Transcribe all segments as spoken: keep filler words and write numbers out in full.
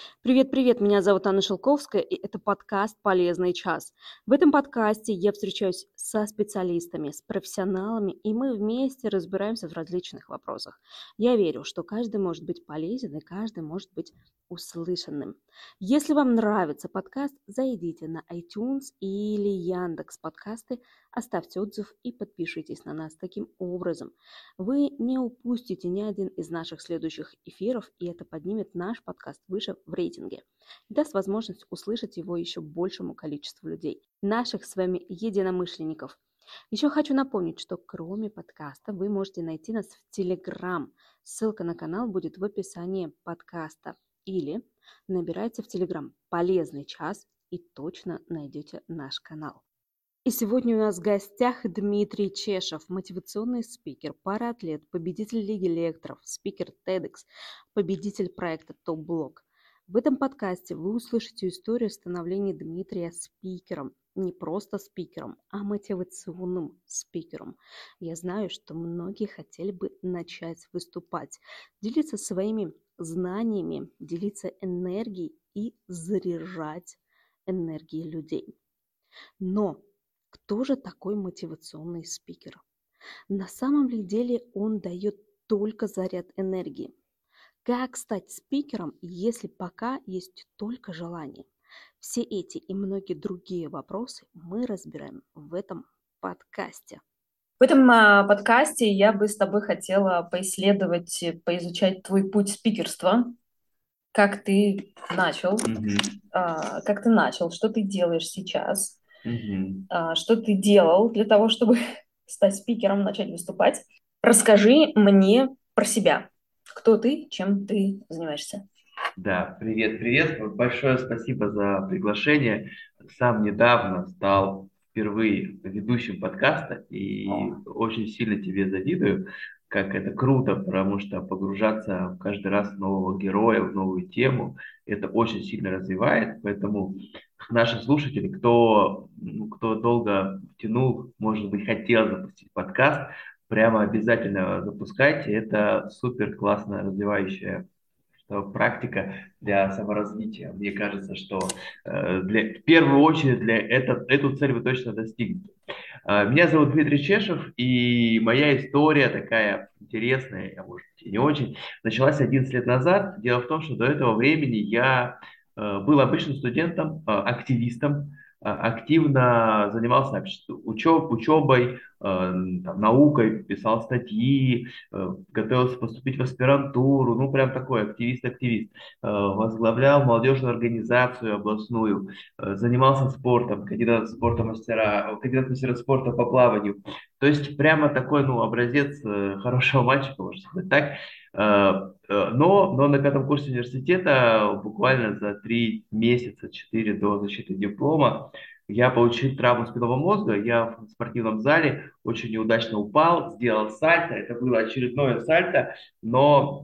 Привет-привет, меня зовут Анна Шелковская, и это подкаст «Полезный час». В этом подкасте я встречаюсь со специалистами, с профессионалами, и мы вместе разбираемся в различных вопросах. Я верю, что каждый может быть полезен, и каждый может быть услышанным. Если вам нравится подкаст, зайдите на iTunes или Яндекс подкасты, оставьте отзыв и подпишитесь на нас. Таким образом, вы не упустите ни один из наших следующих эфиров, и это поднимет наш подкаст выше в рейтинге и даст возможность услышать его еще большему количеству людей, наших с вами единомышленников. Еще хочу напомнить, что кроме подкаста вы можете найти нас в Телеграм. Ссылка на канал будет в описании подкаста. Или набирайте в Телеграм «Полезный час» и точно найдете наш канал. И сегодня у нас в гостях Дмитрий Чешев, мотивационный спикер, параатлет, победитель Лиги лекторов, спикер TEDx, победитель проекта Топ-блог. В этом подкасте вы услышите историю становления Дмитрия спикером. Не просто спикером, а мотивационным спикером. Я знаю, что многие хотели бы начать выступать, делиться своими знаниями, делиться энергией и заряжать энергией людей. Но кто же такой мотивационный спикер? На самом ли деле он дает только заряд энергии? Как стать спикером, если пока есть только желание? Все эти и многие другие вопросы мы разбираем в этом подкасте. В этом а, подкасте я бы с тобой хотела поисследовать, э, поизучать твой путь спикерства, как ты начал, Мгм. а, как ты начал, что ты делаешь сейчас, Мгм. а, что ты делал для того, чтобы стать спикером, начать выступать. Расскажи мне про себя. Кто ты, чем ты занимаешься? Да, привет, привет. Большое спасибо за приглашение. Сам недавно стал впервые ведущим подкаста и очень сильно тебе завидую, как это круто, потому что погружаться каждый раз в нового героя, в новую тему, это очень сильно развивает. Поэтому наши слушатели, кто, ну, кто долго тянул, может быть, хотел запустить подкаст, прямо обязательно запускайте. Это супер классно развивающая что практика для саморазвития. Мне кажется, что э, для, в первую очередь для это, эту цель вы точно достигнете. Э, меня зовут Дмитрий Чешев, и моя история такая интересная, а может быть и не очень, началась одиннадцать лет назад. Дело в том, что до этого времени я э, был обычным студентом, э, активистом, э, активно занимался общ- учеб, учебой, э, там, наукой, писал статьи, э, готовился поступить в аспирантуру, ну, прям такой активист-активист. Э, возглавлял молодежную организацию областную, э, занимался спортом, кандидат в спорта мастера, кандидат в мастера спорта по плаванию. То есть прямо такой, ну, образец э, хорошего мальчика, можно сказать так. Э, э, Но, но на пятом курсе университета, буквально за три месяца, четыре до защиты диплома, я получил травму спинного мозга, я в спортивном зале очень неудачно упал, сделал сальто, это было очередное сальто, но,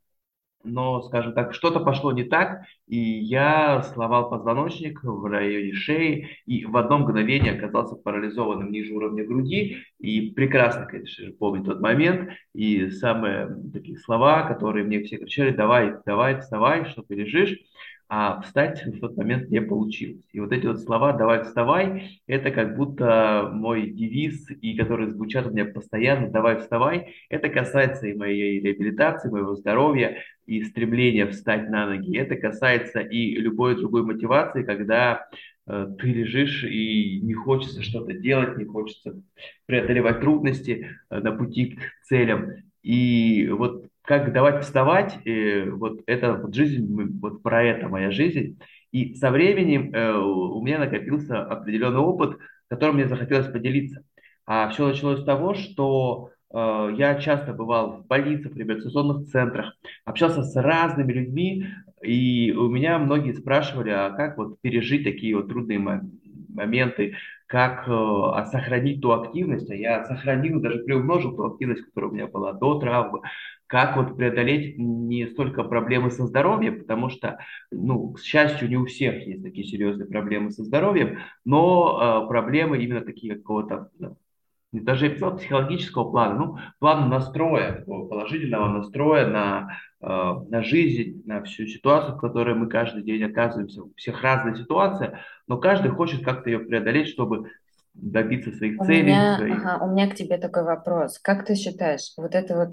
но, скажем так, что-то пошло не так, и я сломал позвоночник в районе шеи, и в одно мгновение оказался парализованным ниже уровня груди, и прекрасно, конечно же, помню тот момент, и самые такие слова, которые мне все кричали: давай, давай, вставай, что ты лежишь, а встать в тот момент не получилось. И вот эти вот слова «давай, вставай» — это как будто мой девиз, и которые звучат у меня постоянно: «давай, вставай». Это касается и моей реабилитации, моего здоровья, и стремления встать на ноги. Это касается и любой другой мотивации, когда э, ты лежишь и не хочется что-то делать, не хочется преодолевать трудности э, на пути к целям. И вот как давать вставать, э, вот это вот жизнь, м, вот про это моя жизнь. И со временем э, у меня накопился определенный опыт, которым мне захотелось поделиться. А все началось с того, что э, я часто бывал в больницах, в реабилитационных центрах, общался с разными людьми, и у меня многие спрашивали, а как вот пережить такие вот трудные мо- моменты, как э, а сохранить ту активность, а я сохранил, даже приумножил ту активность, которая у меня была до травмы, как вот преодолеть не столько проблемы со здоровьем, потому что, ну, к счастью, не у всех есть такие серьезные проблемы со здоровьем, но э, проблемы именно такие какого-то, ну, даже я писал психологического плана, ну, план настроя, такого положительного настроя на на жизнь, на всю ситуацию, в которой мы каждый день оказываемся. У всех разная ситуация, но каждый хочет как-то ее преодолеть, чтобы добиться своих У целей, меня, своих. ага, у меня к тебе такой вопрос. Как ты считаешь, вот это вот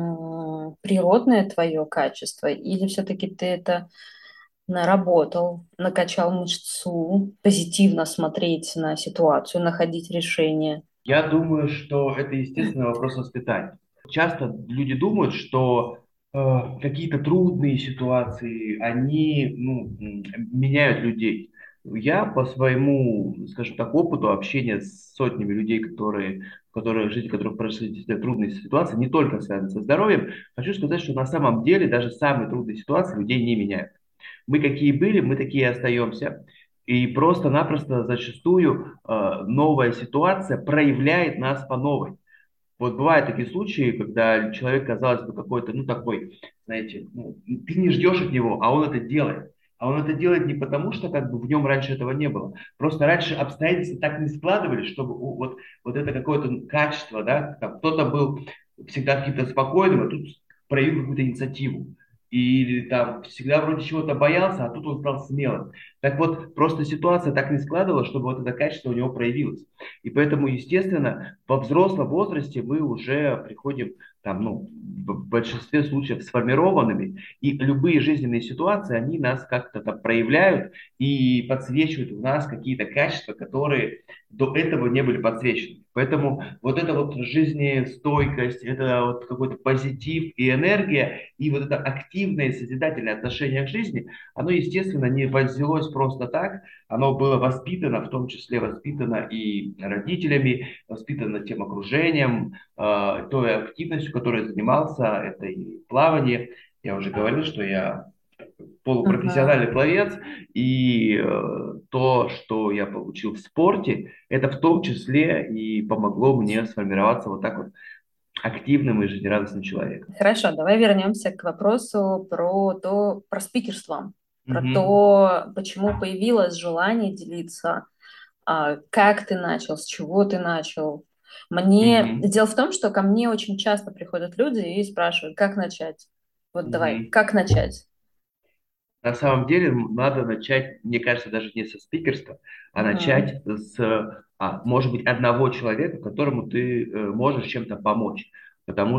м, природное твое качество, или все-таки ты это наработал, накачал мышцу, позитивно смотреть на ситуацию, находить решение? Я думаю, что это естественный вопрос воспитания. Часто люди думают, что э, какие-то трудные ситуации, они ну, м, меняют людей. Я по своему, скажем так, опыту общения с сотнями людей, которые, которые, жизнь которых прошли действительно трудные ситуации, не только связаны со здоровьем, хочу сказать, что на самом деле даже самые трудные ситуации людей не меняют. Мы какие были, мы такие и остаемся. И просто-напросто зачастую э, новая ситуация проявляет нас по новой. Вот бывают такие случаи, когда человек, казалось бы, какой-то, ну, такой, знаете, ну, ты не ждешь от него, а он это делает. А он это делает не потому, что как бы в нем раньше этого не было. Просто раньше обстоятельства так не складывались, чтобы у- вот, вот это какое-то качество, да, там кто-то был всегда каким-то спокойным, а тут проявил какую-то инициативу. Или там всегда вроде чего-то боялся, а тут он стал смелым. Так вот, просто ситуация так не складывалась, чтобы вот это качество у него проявилось. И поэтому, естественно, во взрослом возрасте мы уже приходим там, ну, в большинстве случаев сформированными, и любые жизненные ситуации, они нас как-то там проявляют и подсвечивают в нас какие-то качества, которые до этого не были подсвечены. Поэтому вот эта вот жизнестойкость, это вот какой-то позитив и энергия, и вот это активное созидательное отношение к жизни, оно, естественно, не взялось просто так, оно было воспитано, в том числе воспитано и родителями, воспитано тем окружением, э, той активностью, которой я занимался, это и плавание. Я уже говорил, что я Мгм. полупрофессиональный пловец, и э, то, что я получил в спорте, это в том числе и помогло мне сформироваться вот так вот активным и жизнерадостным человеком. Хорошо, давай вернемся к вопросу про то, про спикерство, про Мгм. то, почему появилось желание делиться, а, как ты начал, с чего ты начал. Мне Мгм. дело в том, что ко мне очень часто приходят люди и спрашивают, как начать. Вот давай, Мгм. как начать? На самом деле надо начать, мне кажется, даже не со спикерства, а Мгм. начать с, а, может быть, одного человека, которому ты э, можешь чем-то помочь. Потому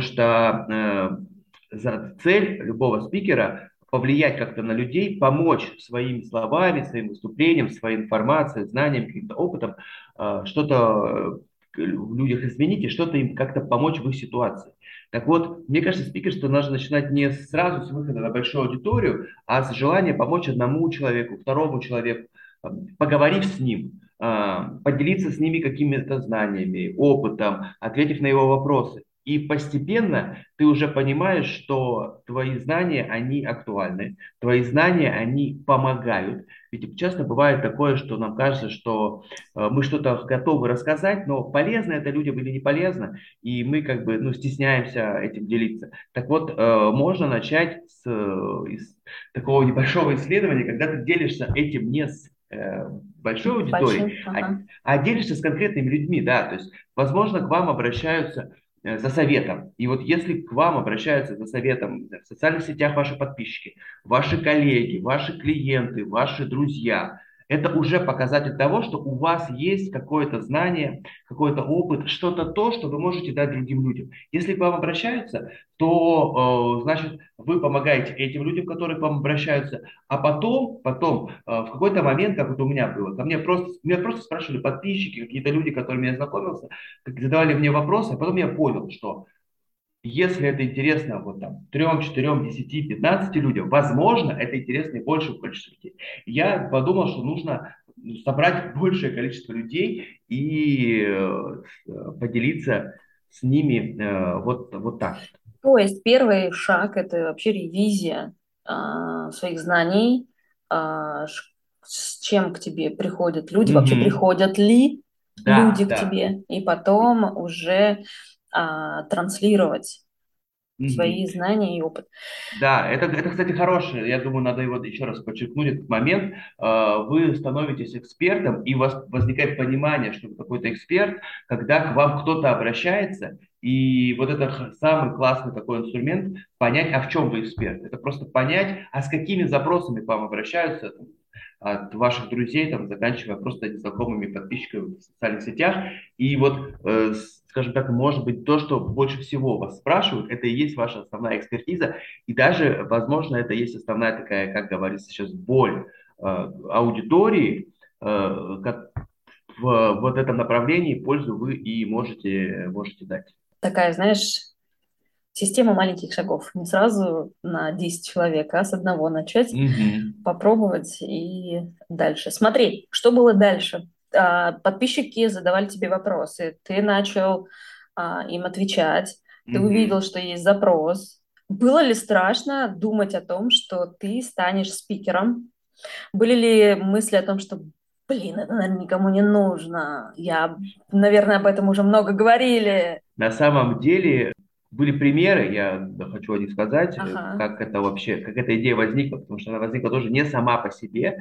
что э, за цель любого спикера повлиять как-то на людей, помочь своими словами, своим выступлением, своей информацией, знанием, каким-то опытом, э, что-то э, в людях изменить и что-то им как-то помочь в их ситуации. Так вот, мне кажется, спикерство нужно начинать не сразу с выхода на большую аудиторию, а с желания помочь одному человеку, второму человеку, э, поговорив с ним, э, поделиться с ними какими-то знаниями, опытом, ответив на его вопросы. И постепенно ты уже понимаешь, что твои знания, они актуальны, твои знания, они помогают. Ведь часто бывает такое, что нам кажется, что э, мы что-то готовы рассказать, но полезно это людям или не полезно, и мы как бы ну, стесняемся этим делиться. Так вот, э, можно начать с, э, из такого небольшого исследования, когда ты делишься этим не с э, большой аудиторией, Большим, а, ага. а делишься с конкретными людьми, да, то есть, возможно, к вам обращаются э, за советом. И вот если к вам обращаются за советом в социальных сетях ваши подписчики, ваши коллеги, ваши клиенты, ваши друзья, это уже показатель того, что у вас есть какое-то знание, какой-то опыт, что-то то, что вы можете дать другим людям. Если к вам обращаются, то, э, значит, вы помогаете этим людям, которые к вам обращаются, а потом, потом, э, в какой-то момент, как вот у меня было, ко мне просто, меня просто спрашивали подписчики, какие-то люди, с которыми я знакомился, как задавали мне вопросы, а потом я понял, что если это интересно вот там трем, четырем, десяти, пятнадцати людям, возможно, это интересно и большему количеству людей. Я подумал, что нужно ну, собрать большее количество людей и э, поделиться с ними э, вот, вот так. То есть первый шаг — это вообще ревизия а, своих знаний, а, ш- с чем к тебе приходят люди, вообще Мгм. приходят ли люди Да, к да. тебе, и потом уже а, транслировать. свои Мгм. знания и опыт. Да, это, это, кстати, хорошее. Я думаю, надо его еще раз подчеркнуть этот момент. Э, Вы становитесь экспертом, и у вас возникает понимание, что вы какой-то эксперт, когда к вам кто-то обращается, и вот это х- самый классный такой инструмент понять, а в чем вы эксперт. Это просто понять, а с какими запросами к вам обращаются там, от ваших друзей, там, заканчивая просто незнакомыми подписчиками в социальных сетях. И вот, э, с- скажем так, может быть, то, что больше всего вас спрашивают, это и есть ваша основная экспертиза, и даже, возможно, это есть основная такая, как говорится сейчас, боль э, аудитории, э, как в вот этом направлении пользу вы и можете, можете дать. Такая, знаешь, система маленьких шагов. Не сразу на десять человек, а с одного начать, Мгм. попробовать и дальше. Смотри, что было дальше? А, Подписчики задавали тебе вопросы, ты начал а, им отвечать, ты увидел, Мгм. что есть запрос. Было ли страшно думать о том, что ты станешь спикером? Были ли мысли о том, что, блин, это, наверное, никому не нужно? Я, наверное, об этом уже много говорили. На самом деле были примеры, я да, хочу о них сказать, э, Ага. как это вообще, как эта идея возникла, потому что она возникла тоже не сама по себе.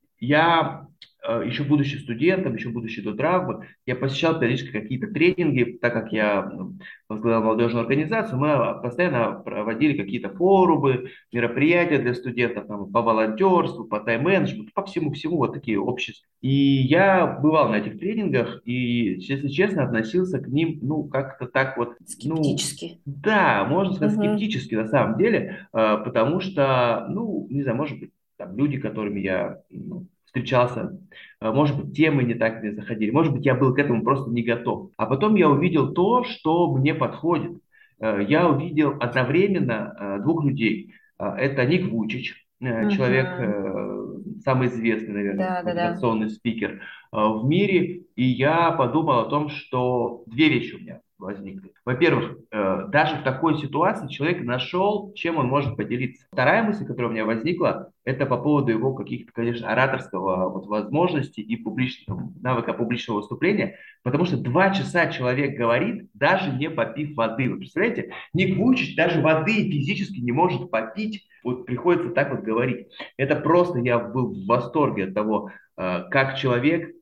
Я, э, еще будучи студентом, еще будучи до травмы, я посещал периодически какие-то тренинги, так как я ну, возглавлял молодежную организацию, мы постоянно проводили какие-то форумы, мероприятия для студентов там, по волонтерству, по тайм-менеджменту, по всему-всему, вот такие общества. И я бывал на этих тренингах, и, если честно, относился к ним, ну, как-то так вот, ну, Скептически. да, можно сказать, Мгм. скептически на самом деле, э, потому что, ну, не знаю, может быть, там люди, которыми я ну, встречался, э, может быть, темы не так мне заходили, может быть, я был к этому просто не готов. А потом я увидел то, что мне подходит. Э, Я увидел одновременно э, двух людей. Э, Это Ник Вучич, э, человек, Мгм. э, самый известный, наверное, Да, да, да. мотивационный спикер э, в мире, и я подумал о том, что две вещи у меня возникли. Во-первых, э, даже в такой ситуации человек нашел, чем он может поделиться. Вторая мысль, которая у меня возникла, это по поводу его каких-то, конечно, ораторского вот, возможностей и публичного, навыка публичного выступления, потому что два часа человек говорит, даже не попив воды. Вы представляете, Ник Вуйчич даже воды физически не может попить, вот приходится так вот говорить. Это просто, я был в восторге от того, э, как человек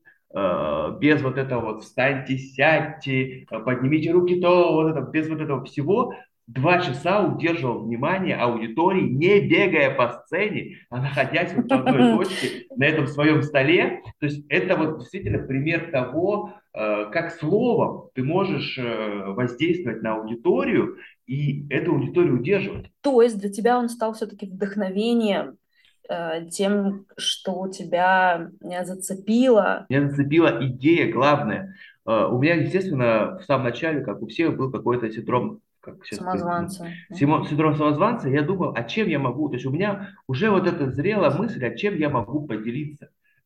э, без вот этого вот встаньте, сядьте, э, поднимите руки, то вот это, без вот этого всего, два часа удерживал внимание аудитории, не бегая по сцене, а находясь вот в одной точке на этом своем столе. То есть это вот действительно пример того, э, как словом ты можешь э, воздействовать на аудиторию и эту аудиторию удерживать. То есть для тебя он стал все-таки вдохновением, э, тем, что тебя э, зацепило. Меня зацепила идея главная. Э, У меня, естественно, в самом начале, как у всех, был какой-то синдром, как сейчас говорится, ну, Самозванца. симо- Мгм. синдром самозванца. Я думал, а чем я могу? То есть у меня уже вот эта зрела мысль, а чем я могу поделиться,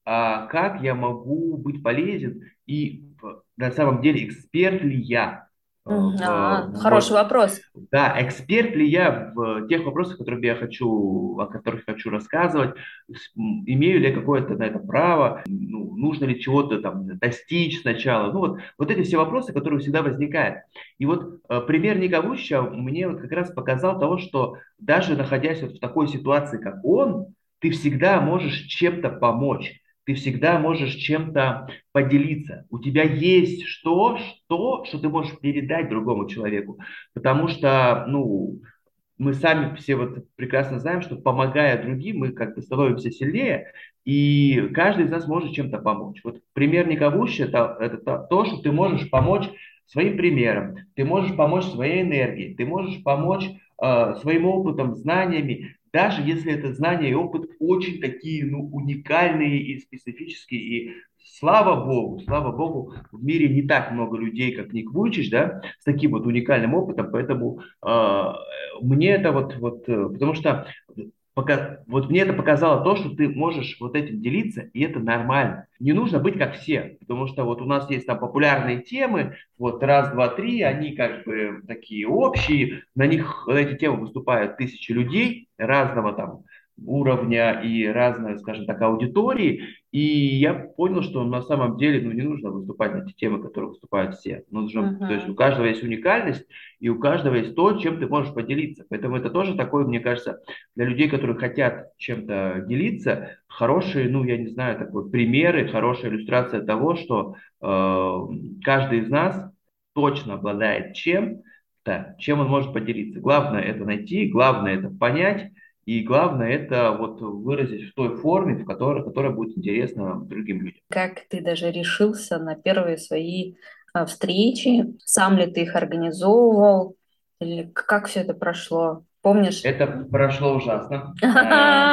а как я могу быть полезен и в- на самом деле эксперт ли я э, Мгм. в, А, хороший вот вопрос. да, эксперт ли я в тех вопросах, которые я хочу, о которых хочу рассказывать, с- м, имею ли я какое-то на это право, ну, нужно ли чего-то там достичь сначала, ну вот, вот эти все вопросы, которые всегда возникают. И вот э, пример Ника Вучича мне вот как раз показал того, что даже находясь вот в такой ситуации, как он, ты всегда можешь чем-то помочь. Ты всегда можешь чем-то поделиться. У тебя есть что, что, что ты можешь передать другому человеку. Потому что, ну, мы сами все вот прекрасно знаем, что помогая другим, мы как бы становимся сильнее, и каждый из нас может чем-то помочь. Вот пример Никовущи– это, это то, то, что ты можешь помочь своим примером, ты можешь помочь своей энергией, ты можешь помочь э, своим опытом, знаниями, даже если это знания и опыт очень такие, ну, уникальные и специфические, и слава Богу, слава Богу, в мире не так много людей, как Ник Вуйчич, да, с таким вот уникальным опытом, поэтому э, мне это вот, вот, э, потому что пока, вот мне это показало то, что ты можешь вот этим делиться, и это нормально. Не нужно быть как все, потому что вот у нас есть там популярные темы, вот раз, два, три, они как бы такие общие, на них, на эти темы выступают тысячи людей разного там уровня и разной, скажем так, аудитории. И я понял, что на самом деле ну, не нужно выступать на те темы, которые выступают все. Нужно, то есть у Мгм. каждого есть уникальность, и у каждого есть то, чем ты можешь поделиться. Поэтому это тоже такое, мне кажется, для людей, которые хотят чем-то делиться, хорошие, ну, я не знаю, такой примеры, хорошая иллюстрация того, что э, каждый из нас точно обладает чем-то, чем он может поделиться. Главное это найти, главное это понять, и главное это вот выразить в той форме, в которой, которая будет интересна другим людям. Как ты даже решился на первые свои а, встречи? Сам ли ты их организовывал? Или к- как все это прошло? Помнишь? Это прошло ужасно. Э,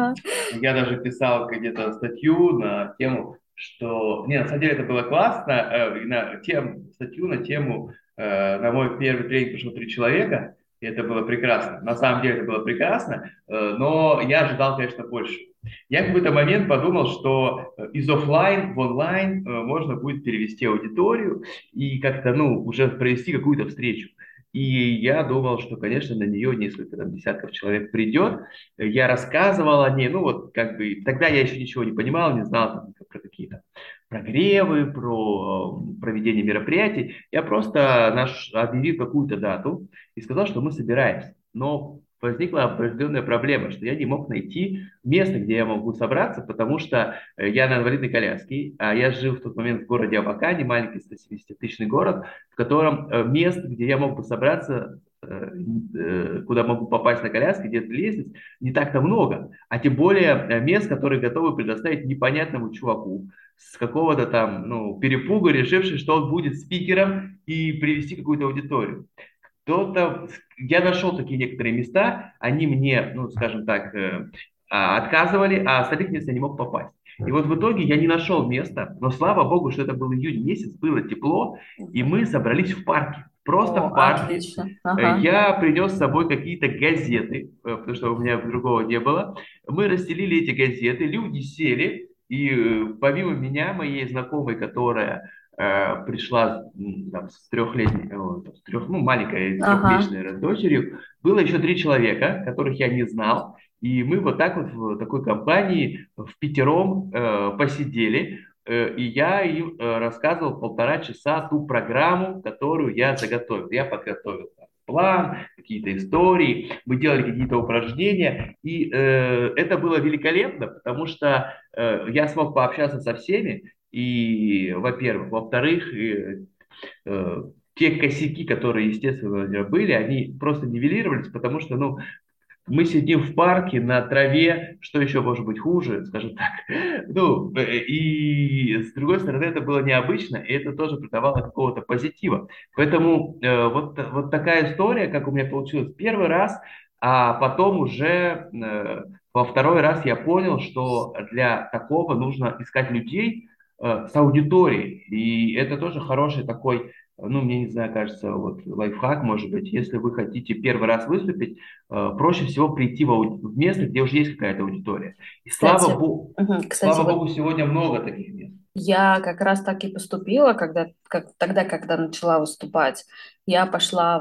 Я даже писал где-то статью на тему, что... Не, на самом деле это было классно. э, На тем, статью на тему э, на мой первый тренинг пришло три человека, и это было прекрасно. На самом деле это было прекрасно, э, но я ожидал, конечно, больше. Я в какой-то момент подумал, что э, из оффлайн в онлайн э, можно будет перевести аудиторию и как-то, ну, уже провести какую-то встречу. И я думал, что, конечно, на нее несколько там, десятков человек придет. Я рассказывал о ней, ну вот как бы, тогда я еще ничего не понимал, не знал там, про какие-то прогревы, про э, проведение мероприятий. Я просто наш, объявил какую-то дату и сказал, что мы собираемся. Но возникла определенная проблема, что я не мог найти место, где я могу собраться, потому что э, я на инвалидной коляске, а я жил в тот момент в городе Абакане, маленький сто семидесятитысячный город, в котором э, мест, где я мог бы собраться, э, э, куда могу попасть на коляске, где-то лестниц, не так-то много. А тем более э, мест, которые готовы предоставить непонятному чуваку с какого-то там, ну, перепуга, решивший, что он будет спикером и привести какую-то аудиторию. То-то я нашел такие некоторые места, они мне, ну, скажем так, э, а, отказывали, а остальных мест я не мог попасть. И вот в итоге я не нашел места, но слава богу, что это был июнь месяц, было тепло, и мы собрались в парке. Просто О, в парке. отлично. Э, Ага. Я принес с собой какие-то газеты, э, потому что у меня другого не было. Мы расстелили эти газеты, люди сели, и э, помимо меня, моей знакомой, которая э, пришла м, там, с трехлетней, э, с трех, ну, маленькой Ага. трехмесячной дочерью, было еще три человека, которых я не знал, и мы вот так вот в такой компании в пятером э, посидели, э, и я им э, рассказывал полтора часа ту программу, которую я заготовил. Я подготовил там план, какие-то истории, мы делали какие-то упражнения, и э, это было великолепно, потому что э, я смог пообщаться со всеми, и, во-первых, во-вторых, э, э, те косяки, которые, естественно, были, они просто нивелировались, потому что, ну, мы сидим в парке на траве, что еще может быть хуже, скажем так. Ну, э, и с другой стороны, это было необычно, и это тоже придавало какого-то позитива. Поэтому э, вот, вот такая история, как у меня получилось первый раз, а потом уже э, во второй раз я понял, что для такого нужно искать людей э, с аудиторией. И это тоже хороший такой, ну, мне не знаю, кажется, вот лайфхак, может быть, если вы хотите первый раз выступить, э, проще всего прийти в, ауди- в место, где уже есть какая-то аудитория. И слава Кстати, богу, мгм, кстати, слава вот богу, сегодня много таких мест. я как раз так и поступила, когда, как, тогда, когда начала выступать. Я пошла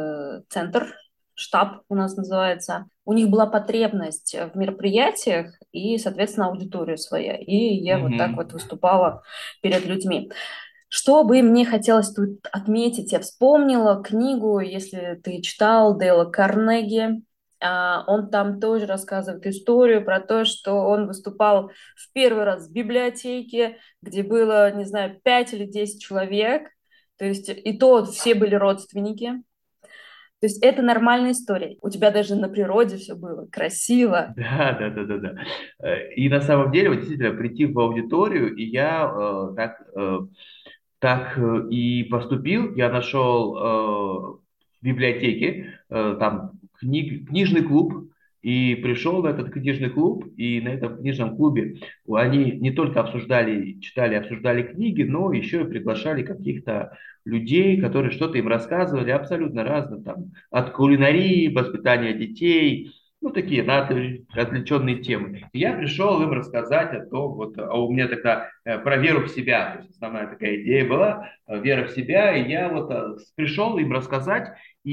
в центр, штаб у нас называется. У них была потребность в мероприятиях и, соответственно, аудитория своя. И я вот так вот Мгм. выступала перед людьми. Что бы мне хотелось тут отметить? Я вспомнила книгу, если ты читал, Дейла Карнеги. А, Он там тоже рассказывает историю про то, что он выступал в первый раз в библиотеке, где было, не знаю, пять или десять человек. То есть и то все были родственники. То есть это нормальная история. У тебя даже на природе все было красиво. Да, да, да, да, да. Э, И на самом деле, вот действительно, прийти в аудиторию, и я э, так, э, так э, и поступил. Я нашел э, в библиотеке э, там книг, книжный клуб, и пришел в этот книжный клуб, и на этом книжном клубе они не только обсуждали, читали, обсуждали книги, но еще и приглашали каких-то людей, которые что-то им рассказывали абсолютно разное, там, от кулинарии, воспитания детей, ну, такие, на отвл- отвлеченные темы. И я пришел им рассказать о том, вот, а у меня тогда э, про веру в себя, то есть основная такая идея была, э, вера в себя, и я вот э, пришел им рассказать,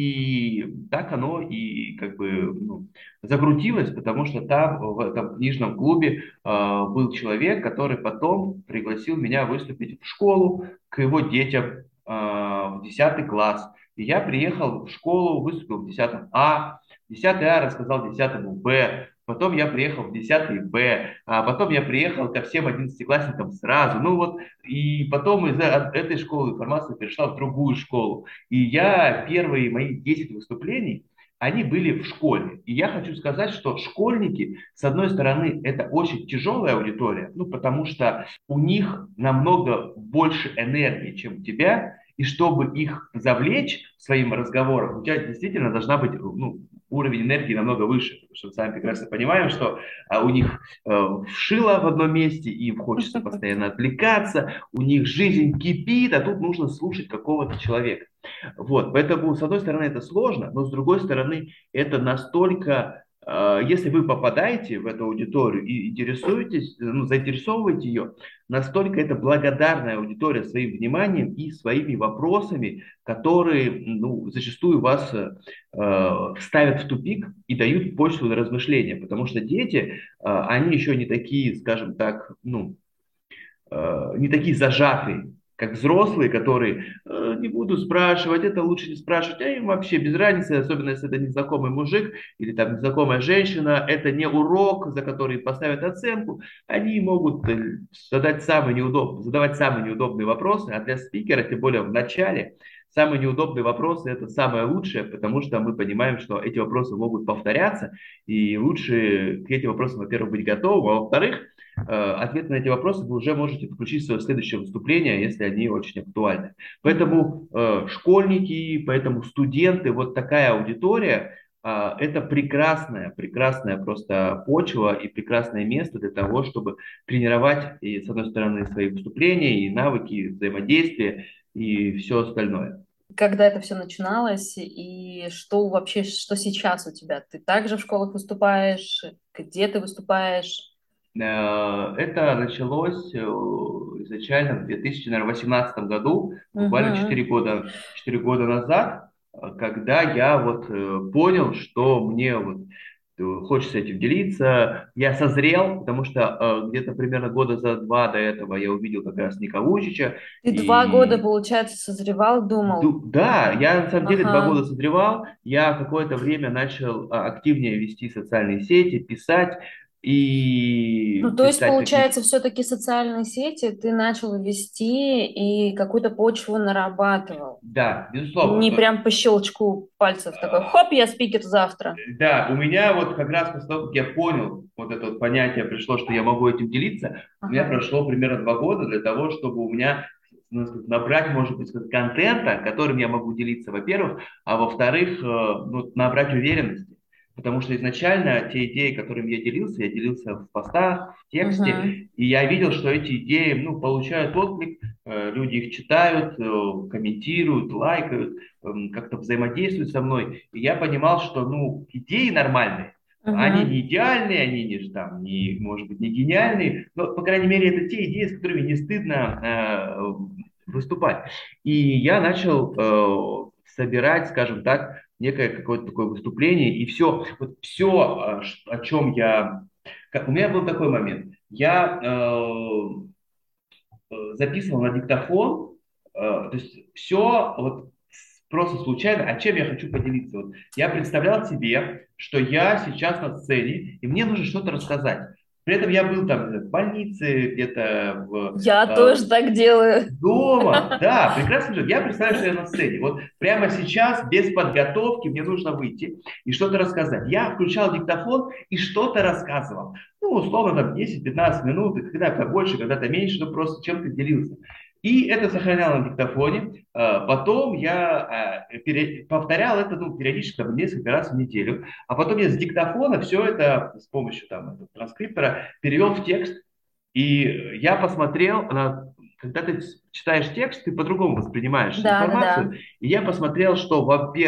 и так оно и как бы ну, закрутилось, потому что там, в этом книжном клубе, э, был человек, который потом пригласил меня выступить в школу к его детям э, в десятый класс. И я приехал в школу, выступил в десятом А, десятый А рассказал десятому Б, потом я приехал в десятый Б, а потом я приехал ко всем одиннадцатиклассникам сразу. Ну вот, и потом из э- этой школы информация перешла в другую школу. И я первые мои десять выступлений, они были в школе. И я хочу сказать, что школьники, с одной стороны, это очень тяжелая аудитория, ну потому что у них намного больше энергии, чем у тебя, и чтобы их завлечь своим разговором, у тебя действительно должна быть ну, уровень энергии намного выше, потому что мы сами прекрасно понимаем, что а, у них э, шило в одном месте, им хочется постоянно отвлекаться, у них жизнь кипит, а тут нужно слушать какого-то человека. Вот, поэтому, с одной стороны, это сложно, но с другой стороны, это настолько, э, если вы попадаете в эту аудиторию и интересуетесь, ну, заинтересовываете ее, настолько это благодарная аудитория своим вниманием и своими вопросами, которые, ну, зачастую вас э, ставят в тупик и дают почву для размышления, потому что дети, э, они еще не такие, скажем так, ну, э, не такие зажатые, как взрослые, которые э, не буду спрашивать, это лучше не спрашивать, а им вообще без разницы, особенно если это незнакомый мужик или там незнакомая женщина, это не урок, за который поставят оценку, они могут э, задать самые неудобные, задавать самые неудобные вопросы, а для спикера, тем более в начале, самые неудобные вопросы это самое лучшее, потому что мы понимаем, что эти вопросы могут повторяться, и лучше к этим вопросам, во-первых, быть готовым, а во-вторых, ответы на эти вопросы вы уже можете включить в свое следующее выступление, если они очень актуальны. Поэтому э, школьники, поэтому студенты, вот такая аудитория, э, это прекрасная, прекрасная просто почва и прекрасное место для того, чтобы тренировать, и, с одной стороны, свои выступления, и навыки, и взаимодействия, и все остальное. Когда это все начиналось и что вообще, что сейчас у тебя? Ты также в школах выступаешь? Где ты выступаешь? Это началось э, изначально в две тысячи восемнадцатом году, буквально Угу. четыре года, четыре года назад, э, когда я вот э, понял, что мне вот э, хочется этим делиться. Я созрел, потому что э, где-то примерно года за два до этого я увидел как раз Ника Вучича, Ты два года, и получается, созревал, думал, ду- да, я на самом деле два ага. года созревал, я какое-то время начал а, активнее вести социальные сети, писать, Ну, и то есть, писать какие-то. получается, все-таки социальные сети ты начал вести и какую-то почву нарабатывал. Да, Не безусловно. прям по щелчку пальцев такой, хоп, я спикер завтра. Да, у меня вот как раз после того, как я понял, вот это вот понятие пришло, что я могу этим делиться, у меня Ага. прошло примерно два года для того, чтобы у меня ну, сказать, набрать, может быть, сказать, контента, которым я могу делиться, во-первых, а во-вторых, э, ну, набрать уверенности. Потому что изначально те идеи, которыми я делился, я делился в постах, в Угу. тексте, и я видел, что эти идеи, ну, получают отклик, э, люди их читают, э, комментируют, лайкают, эм, как-то взаимодействуют со мной. И я понимал, что, ну, идеи нормальные, они Угу. не идеальные, они не, там, не, может быть, не гениальные, но, по крайней мере, это те идеи, с которыми не стыдно э, выступать. И я начал э, собирать, скажем так, некое какое-то такое выступление, и все, вот все, о, о чем я... Как, у меня был такой момент. Я э, э, записывал на диктофон, э, то есть все вот просто случайно, а чем я хочу поделиться. Вот я представлял себе, что я сейчас на сцене, и мне нужно что-то рассказать. При этом я был там в больнице, где-то в, Я э, тоже так делаю. дома, да, прекрасно же. Я представляю, что я на сцене. Вот прямо сейчас, без подготовки, мне нужно выйти и что-то рассказать. Я включал диктофон и что-то рассказывал. Ну, условно, там десять-пятнадцать минут, когда-то больше, когда-то меньше, но просто чем-то делился. И это сохранял на диктофоне. А потом я а, пере- повторял это ну, периодически, там, несколько раз в неделю. А потом я с диктофона все это с помощью там, этого транскриптора перевел в текст. И я посмотрел на когда ты читаешь текст, ты по-другому воспринимаешь Да, да, информацию. да. И я посмотрел, что, во-первых,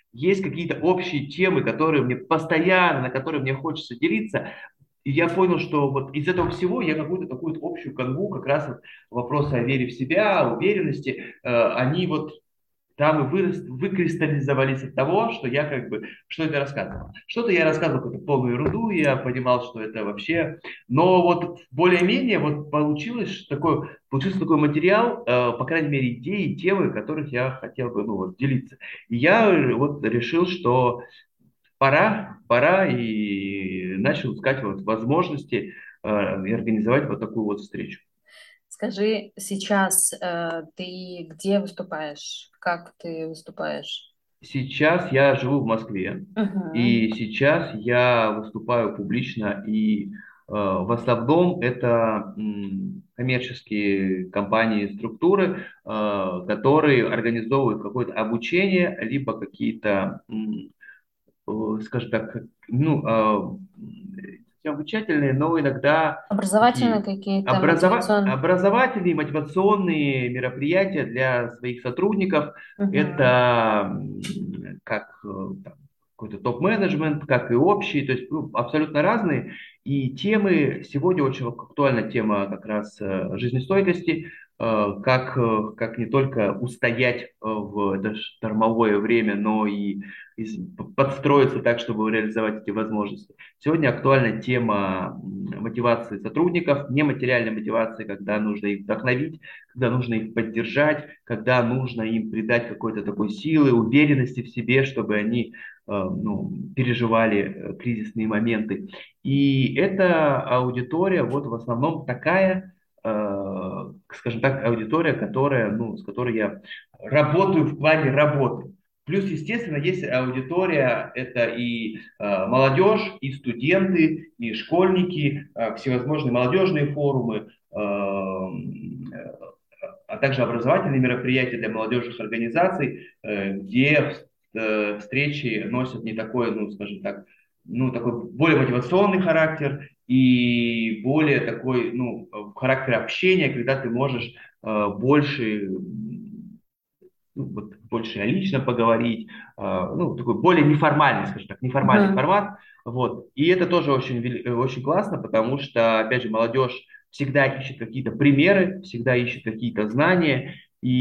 есть какие-то общие темы, которые мне постоянно, на которые мне хочется делиться. И я понял, что вот из этого всего я какую-то такую вот общую канву, как раз вот вопросы о вере в себя, уверенности, э, они вот там и вырос, выкристаллизовались от того, что я как бы, что это рассказывал. Что-то я рассказывал какую-то полную ерунду, я понимал, что это вообще... Но вот более-менее вот получилось такой, получился такой материал, э, по крайней мере, идеи, темы, которых я хотел бы, ну, вот, делиться. И я э, вот решил, что пора, пора, и начал искать вот возможности э, и организовать вот такую вот встречу. Скажи, сейчас э, ты где выступаешь? Как ты выступаешь? Сейчас я живу в Москве, Мгм. и сейчас я выступаю публично, и э, в основном это м, коммерческие компании, структуры, э, которые организовывают какое-то обучение, либо какие-то, м, э, скажем так, ну, э, не обучательные, но иногда Образовательные такие какие-то, образова- мотивационные? образовательные, мотивационные мероприятия для своих сотрудников. Мгм. Это м, как э, там, какой-то топ-менеджмент, как и общий, то есть ну, абсолютно разные. И темы, сегодня очень актуальна тема как раз э, жизнестойкости, э, как, э, как не только устоять э, в это штормовое время, но и из- подстроиться так, чтобы реализовать эти возможности. Сегодня актуальна тема м, мотивации сотрудников, нематериальной мотивации, когда нужно их вдохновить, когда нужно их поддержать, когда нужно им придать какой-то такой силы, уверенности в себе, чтобы они э, ну, переживали э, кризисные моменты. И эта аудитория вот в основном такая, э, скажем так, аудитория, которая, ну, с которой я работаю в плане работы. Плюс, естественно, есть аудитория, это и э, молодежь, и студенты, и школьники, э, всевозможные молодежные форумы, э, а также образовательные мероприятия для молодежных организаций, э, где э, встречи носят не такой, ну, скажем так, ну, такой более мотивационный характер и более такой, ну, характер общения, когда ты можешь э, больше ну, вот больше лично поговорить, а, ну, такой более неформальный, скажем так, неформальный Мгм. формат, вот. И это тоже очень, вели- э, очень классно, потому что, опять же, молодежь всегда ищет какие-то примеры, всегда ищет какие-то знания,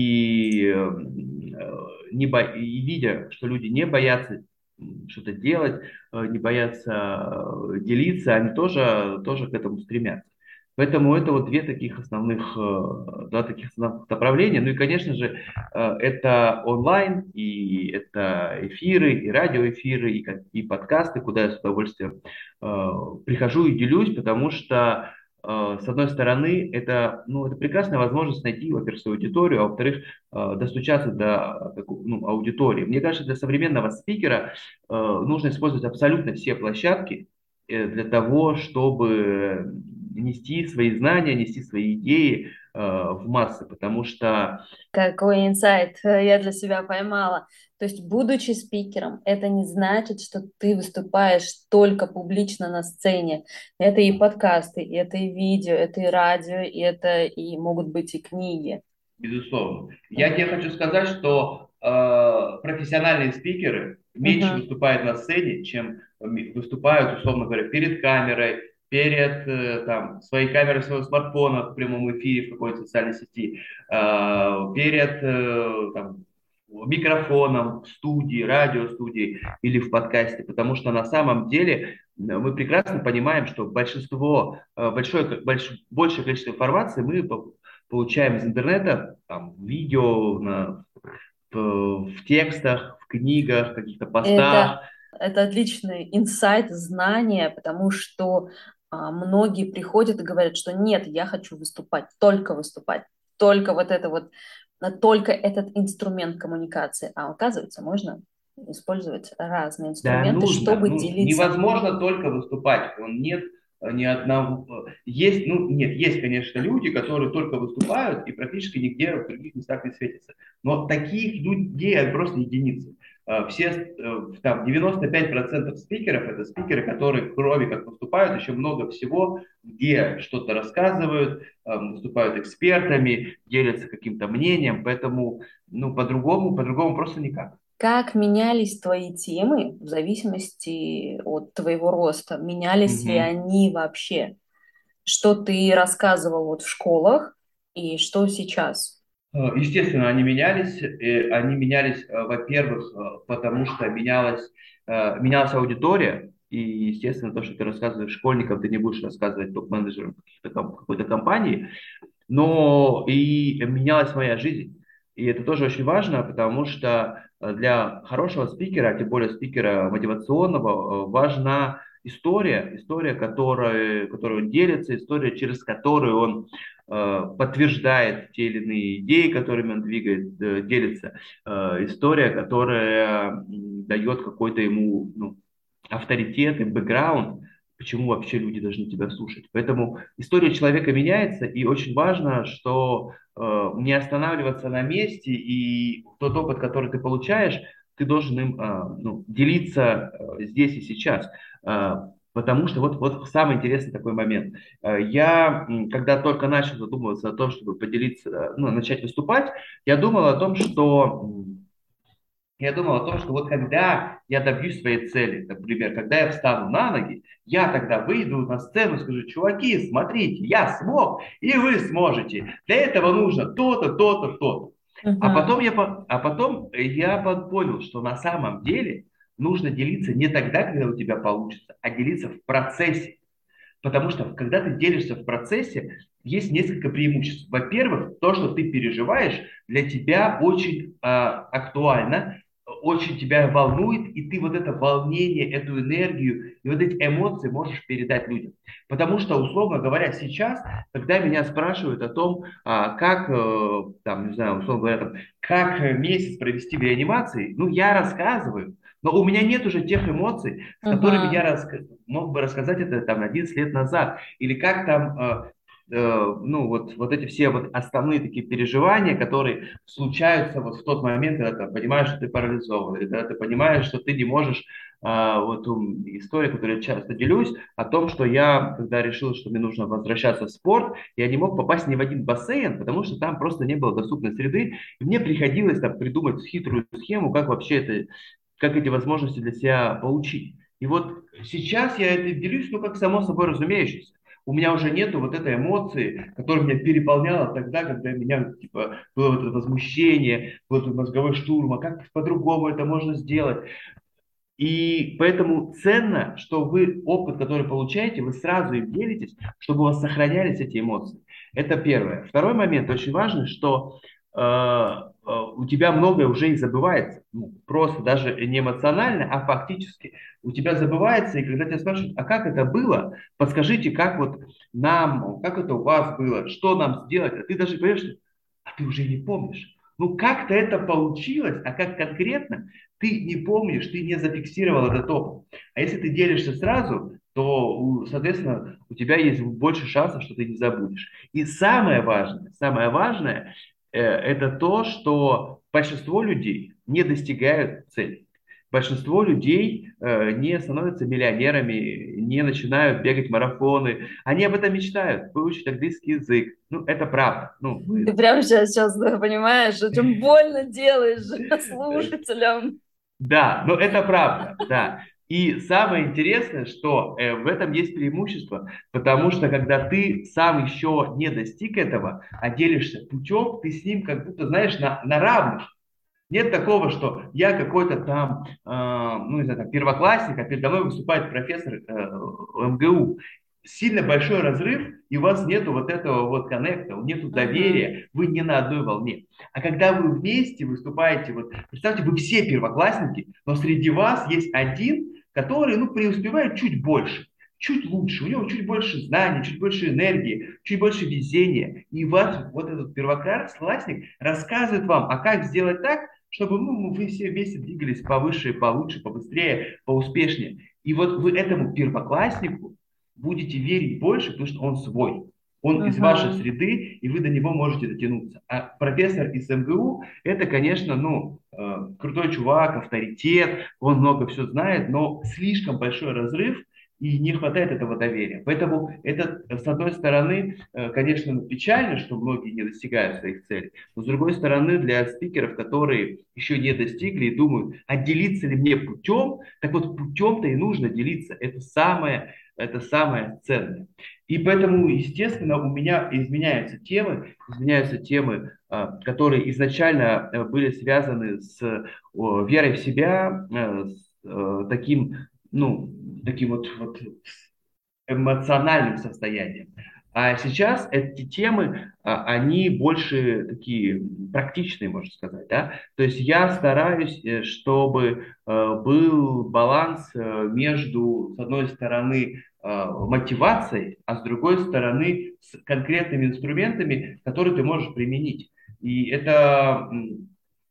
и, э, э, не бо... и видя, что люди не боятся м, что-то делать, э, не боятся э, делиться, они тоже, тоже к этому стремятся. Поэтому это вот две таких основных, э, два таких основных направления. Ну и, конечно же, э, это онлайн, и это эфиры, и радиоэфиры, и, как- и подкасты, куда я с удовольствием э, прихожу и делюсь, потому что, э, с одной стороны, это, ну, это прекрасная возможность найти, во-первых, свою аудиторию, а во-вторых, э, достучаться до таку- ну, аудитории. Мне кажется, для современного спикера э, нужно использовать абсолютно все площадки э, для того, чтобы нести свои знания, нести свои идеи э, в массы, потому что Какой инсайт э, я для себя поймала. То есть, будучи спикером, это не значит, что ты выступаешь только публично на сцене. Это и подкасты, и это и видео, это и радио, и это и могут быть и книги. безусловно. Я тебе Мгм. хочу сказать, что э, профессиональные спикеры меньше Мгм. выступают на сцене, чем м- выступают, условно говоря, перед камерой, перед э, там, своей камерой своего смартфона в прямом эфире в какой-то социальной сети, э, перед э, там, микрофоном в студии, радиостудии или в подкасте, потому что на самом деле э, мы прекрасно понимаем, что большинство, э, большое, больш, большее количество информации мы по- получаем из интернета, там, в видео, на, в, в текстах, в книгах, в каких-то Это, постах. это отличный инсайт, знание, потому что а, многие приходят и говорят, что нет, я хочу выступать, только выступать, только вот это вот, а, только этот инструмент коммуникации. А оказывается, можно использовать разные Да, инструменты, нужно. чтобы Ну, делиться. невозможно только выступать. Он нет э, ни одного. э, Есть, ну, нет, есть, конечно, люди, которые только выступают и практически нигде в других местах не светятся. Но таких людей просто единицы. Э, Все, э, там, девяносто пять процентов спикеров это спикеры, которые кроме как выступают, еще много всего, где что-то рассказывают, э, выступают экспертами, делятся каким-то мнением, поэтому, ну, по-другому, по-другому просто никак. Как менялись твои темы в зависимости от твоего роста? Менялись ли Мгм. они вообще? Что ты рассказывал вот в школах и что сейчас? Э, Естественно, они менялись. И они менялись, э, во-первых, э, потому что менялась, э, менялась аудитория. И, естественно, то, что ты рассказываешь школьникам, ты не будешь рассказывать топ-менеджерам каких-то ком- какой-то компании. Но и менялась моя жизнь. И это тоже очень важно, потому что э, для хорошего спикера, а тем более спикера мотивационного, э, важна история, история, которая, которую он делится, история, через которую он э, подтверждает те или иные идеи, которыми он двигает, э, делится, э, история, которая м, дает какой-то ему, ну, авторитет и бэкграунд, почему вообще люди должны тебя слушать. Поэтому история человека меняется, и очень важно, что э, не останавливаться на месте, и тот опыт, который ты получаешь, ты должен им э, ну, делиться э, здесь и сейчас. Э, Потому что вот, вот самый интересный такой момент. Э, Я, м, когда только начал задумываться о том, чтобы поделиться, э, ну, начать выступать, я думал о том, что м, я думал о том, что вот когда я добьюсь своей цели, например, когда я встану на ноги, я тогда выйду на сцену и скажу: чуваки, смотрите, я смог, и вы сможете. Для этого нужно то-то, то-то, то-то. А потом Мгм. я, по- а потом я по- понял, что на самом деле нужно делиться не тогда, когда у тебя получится, а делиться в процессе. Потому что когда ты делишься в процессе, есть несколько преимуществ. Во-первых, то, что ты переживаешь, для тебя очень а, актуально, очень тебя волнует, и ты вот это волнение, эту энергию и вот эти эмоции можешь передать людям. Потому что, условно говоря, сейчас, когда меня спрашивают о том, а, как, э, там, не знаю, условно говоря, там, как э, месяц провести в реанимации, ну, я рассказываю, но у меня нет уже тех эмоций, с которыми я Мгм. раска- мог бы рассказать это там одиннадцать лет назад. Или как там, э, э, ну вот, вот эти все вот основные такие переживания, которые случаются вот в тот момент, когда ты понимаешь, что ты парализован, или когда ты понимаешь, что ты не можешь, а, вот ум, история, которую я часто делюсь, о том, что я, когда решил, что мне нужно возвращаться в спорт, я не мог попасть ни в один бассейн, потому что там просто не было доступной среды, и мне приходилось там придумать хитрую схему, как вообще это, как эти возможности для себя получить. И вот сейчас я это делюсь, ну, как само собой разумеющееся. У меня уже нету вот этой эмоции, которая меня переполняла тогда, когда меня, типа, было вот это возмущение, был этот мозговой штурм, а как по-другому это можно сделать? И поэтому ценно, что вы опыт, который получаете, вы сразу им делитесь, чтобы у вас сохранялись эти эмоции. Это первое. Второй момент очень важный, что э, э, у тебя многое уже и забывается. Ну, просто даже не эмоционально, а фактически. У тебя забывается, и когда тебя спрашивают: а как это было, подскажите, как вот нам, как это у вас было, что нам сделать, а ты даже понимаешь, что а ты уже не помнишь. Ну, как-то это получилось, а как конкретно, ты не помнишь, ты не зафиксировал этот опыт. А если ты делишься сразу, то, у- соответственно, у тебя есть больше шансов, что ты не забудешь. И самое важное, самое важное, э, это то, что большинство людей не достигают цели. Большинство людей э, не становятся миллионерами, не начинают бегать марафоны. Они об этом мечтают, выучить английский язык. Ну, это правда. Ну, Ты мы прям сейчас, сейчас понимаешь, очень больно делаешь слушателям. Да, но это правда, да. И самое интересное, что э, в этом есть преимущество, потому что когда ты сам еще не достиг этого, а делишься путем, ты с ним как будто, знаешь, на, на равных. Нет такого, что я какой-то там, э, ну, не знаю, там, первоклассник, а передо мной выступает профессор э, эм гэ у. Сильно большой разрыв, и у вас нету вот этого вот коннекта, нету Мгм. доверия, вы не на одной волне. А когда вы вместе выступаете, вот представьте, вы все первоклассники, но среди вас есть один, который, ну, преуспевает чуть больше, чуть лучше, у него чуть больше знаний, чуть больше энергии, чуть больше везения. И вас вот этот первоклассник рассказывает вам, а как сделать так, чтобы, ну, вы все вместе двигались повыше, получше, побыстрее, поуспешнее. И вот вы этому первокласснику будете верить больше, потому что он свой. Он из вашей Мгм. среды, и вы до него можете дотянуться. А профессор из эм гэ у, это, конечно, ну, э, крутой чувак, авторитет, он много все знает, но слишком большой разрыв и не хватает этого доверия. Поэтому это, с одной стороны, э, конечно, печально, что многие не достигают своих целей, но с другой стороны, для спикеров, которые еще не достигли и думают, а делиться ли мне путем, так вот путем-то и нужно делиться. Это самое, это самое ценное. И поэтому, естественно, у меня изменяются темы, изменяются темы, а, которые изначально э, были связаны с о, верой в себя, э, с э, таким, ну, таким вот, вот эмоциональным состоянием. А сейчас эти темы, а, они больше такие практичные, можно сказать, да. То есть я стараюсь, э, чтобы э, был баланс э, между, с одной стороны, э, мотивацией, а с другой стороны, с конкретными инструментами, которые ты можешь применить. И это м,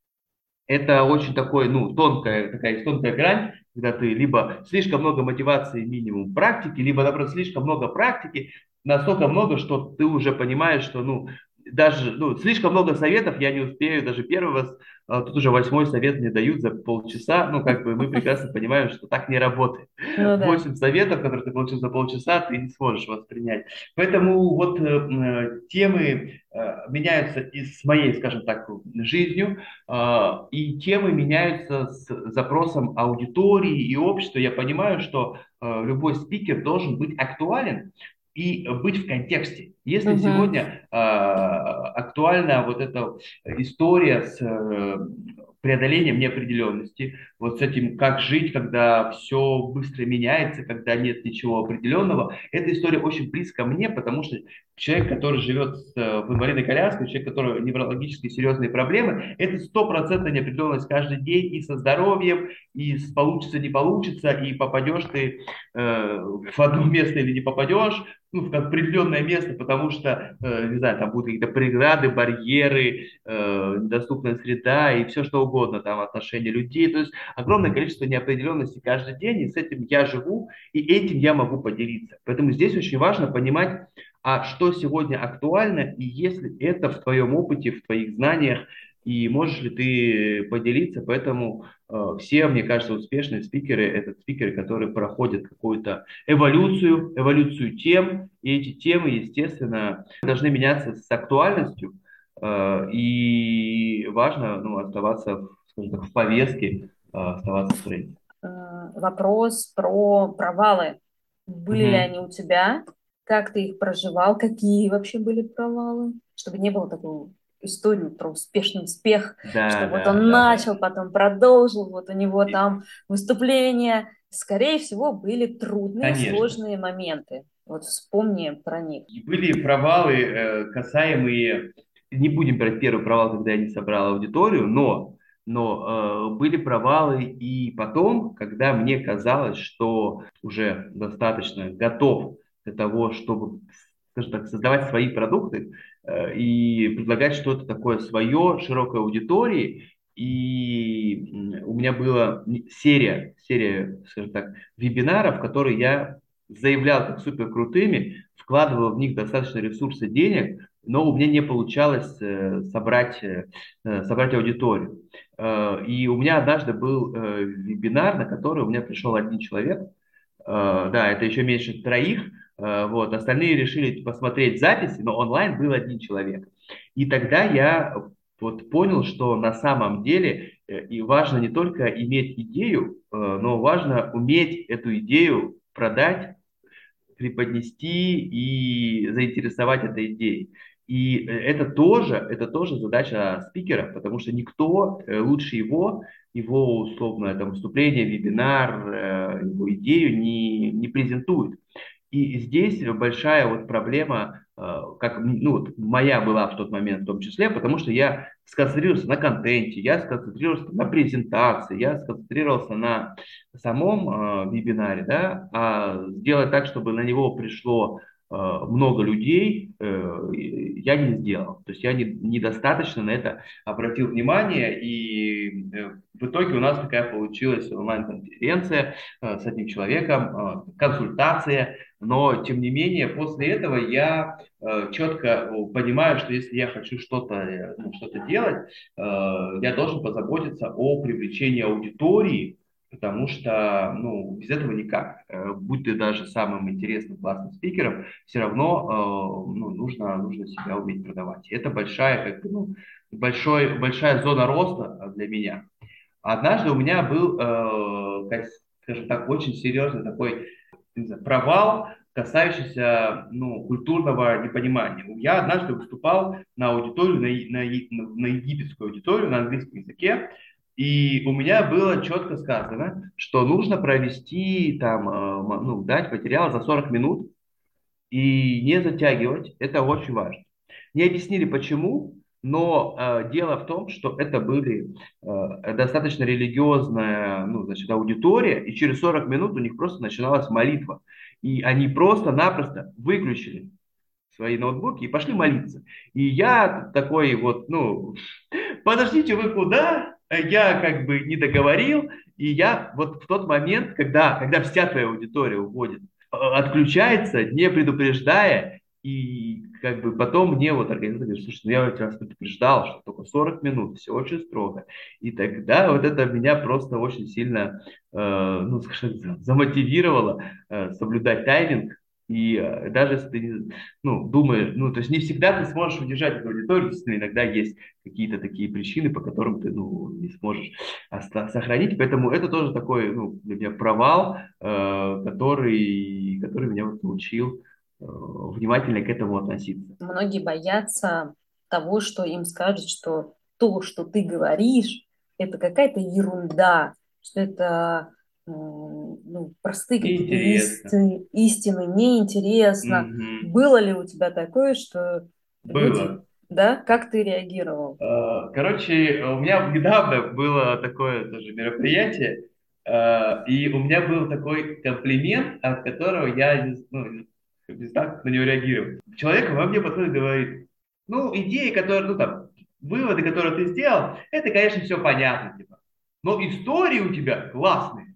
это очень такой, ну, тонкая, такая тонкая грань, когда ты либо слишком много мотивации, минимум практики, либо, наоборот, слишком много практики, настолько много, что ты уже понимаешь, что, ну, даже, ну, слишком много советов, я не успею даже первый раз, а тут уже восьмой совет мне дают за полчаса, ну, как бы мы прекрасно понимаем, что так не работает. Ну да. Восемь советов, которые ты получил за полчаса, ты не сможешь воспринять. Поэтому вот э, темы э, меняются и с моей, скажем так, жизнью, а, и темы меняются с запросом аудитории и общества. Я понимаю, что а, любой спикер должен быть актуален и быть в контексте. Если Мгм. сегодня а, актуальна вот эта история с э, преодолением неопределенности, вот с этим, как жить, когда все быстро меняется, когда нет ничего определенного, эта история очень близка мне, потому что человек, который живет с, э, в инвалидной коляске, человек, у которого неврологические серьезные проблемы, это стопроцентная неопределенность каждый день и со здоровьем, и с получится, не получится, и попадешь ты э, в одно место или не попадешь, ну, в определенное место, потому что, э, не знаю, там будут какие-то преграды, барьеры, э, недоступная среда и все что угодно, там отношения людей, то есть огромное количество неопределенности каждый день, и с этим я живу, и этим я могу поделиться. Поэтому здесь очень важно понимать, а что сегодня актуально, и если это в твоем опыте, в твоих знаниях, и можешь ли ты поделиться. Поэтому э, все, мне кажется, успешные спикеры — это спикеры, которые проходят какую-то эволюцию, эволюцию тем, и эти темы, естественно, должны меняться с актуальностью, э, и важно, ну, оставаться, скажем так, в повестке, э, оставаться в тренде. Э, Вопрос про провалы. Были ли они Мгм. у тебя? Как ты их проживал? Какие вообще были провалы? Чтобы не было такой истории про успешный успех, что Да, вот да, он да, да. начал, потом продолжил, вот у него И- там выступления. Скорее всего, были трудные, Конечно. сложные моменты. Вот вспомни про них. И были провалы, э, касаемые, не будем брать первый провал, когда я не собрал аудиторию, но, но э, были провалы и потом, когда мне казалось, что уже достаточно готов для того, чтобы, скажем так, создавать свои продукты э, и предлагать что-то такое свое, широкой аудитории. И м, у меня была серия, серия, скажем так, вебинаров, которые я заявлял как супер крутыми, вкладывал в них достаточно ресурсов денег, но у меня не получалось э, собрать, э, э, собрать аудиторию. Э, и у меня однажды был э, вебинар, на который у меня пришел один человек. Э, да, это еще меньше троих. Э, вот. Остальные решили посмотреть записи, но онлайн был один человек. И тогда я вот понял, что на самом деле э, и важно не только иметь идею, э, но важно уметь эту идею продать, преподнести и заинтересовать этой идеей. И э, это тоже, это тоже задача спикера, потому что никто э, лучше его, его условное там, выступление, вебинар, э, его идею не, не презентует. И здесь большая вот проблема, э, как ну, вот моя была в тот момент в том числе, потому что я сконцентрировался на контенте, я сконцентрировался на презентации, я сконцентрировался на самом э, вебинаре, да, а сделать так, чтобы на него пришло э, много людей, э, я не сделал. То есть я не, недостаточно на это обратил внимание, и э, в итоге у нас такая получилась онлайн-конференция э, с одним человеком, э, консультация, но тем не менее после этого я э, четко понимаю, что если я хочу что-то э, ну, что-то делать, э, я должен позаботиться о привлечении аудитории, потому что, ну, без этого никак. Э, Будь ты даже самым интересным, классным спикером, все равно, э, ну, нужно, нужно себя уметь продавать. И это большая, как бы, ну, большой, большая зона роста э, для меня. Однажды у меня был, э, как- скажем так, очень серьезный такой, не знаю, провал, касающийся, ну, культурного непонимания. Я однажды выступал на аудиторию, на, е- на, е- на египетскую аудиторию на английском языке, и у меня было четко сказано, что нужно провести там, э, м- ну, дать материал за сорок минут и не затягивать. Это очень важно. Не объяснили почему, но э, дело в том, что это были э, достаточно религиозная, ну, значит, аудитория, и через сорок минут у них просто начиналась молитва. И они просто-напросто выключили свои ноутбуки и пошли молиться. И я такой вот, ну, подождите, вы куда? Я как бы не договорил, и я вот в тот момент, когда, когда вся твоя аудитория уходит, э, отключается, не предупреждая, и как бы потом мне вот организатор говорит: слушай, ну я ведь вас предупреждал, что только сорок минут, все очень строго. И тогда вот это меня просто очень сильно, э, ну, скажем, так, замотивировало э, соблюдать тайминг. И э, даже если ты, не- ну, думаешь, ну, то есть не всегда ты сможешь удержать эту аудиторию, действительно, иногда есть какие-то такие причины, по которым ты, ну, не сможешь оста- сохранить. Поэтому это тоже такой, ну, для меня провал, э, который, который меня вот научил э, внимательно к этому относиться. Многие боятся того, что им скажут, что то, что ты говоришь, это какая-то ерунда, что это м, ну, простые какие-то Интересно. истины, истины, неинтересно. Мгм. Было ли у тебя такое, что люди, Было. да, как ты реагировал? Э, Короче, у меня недавно было такое тоже мероприятие, э, и у меня был такой комплимент, от которого я не, з- ну, не не знаю, как на него реагировать. Человек во мне подходит и говорит: ну, идеи, которые, ну, там, выводы, которые ты сделал, это, конечно, все понятно, типа. Но истории у тебя классные.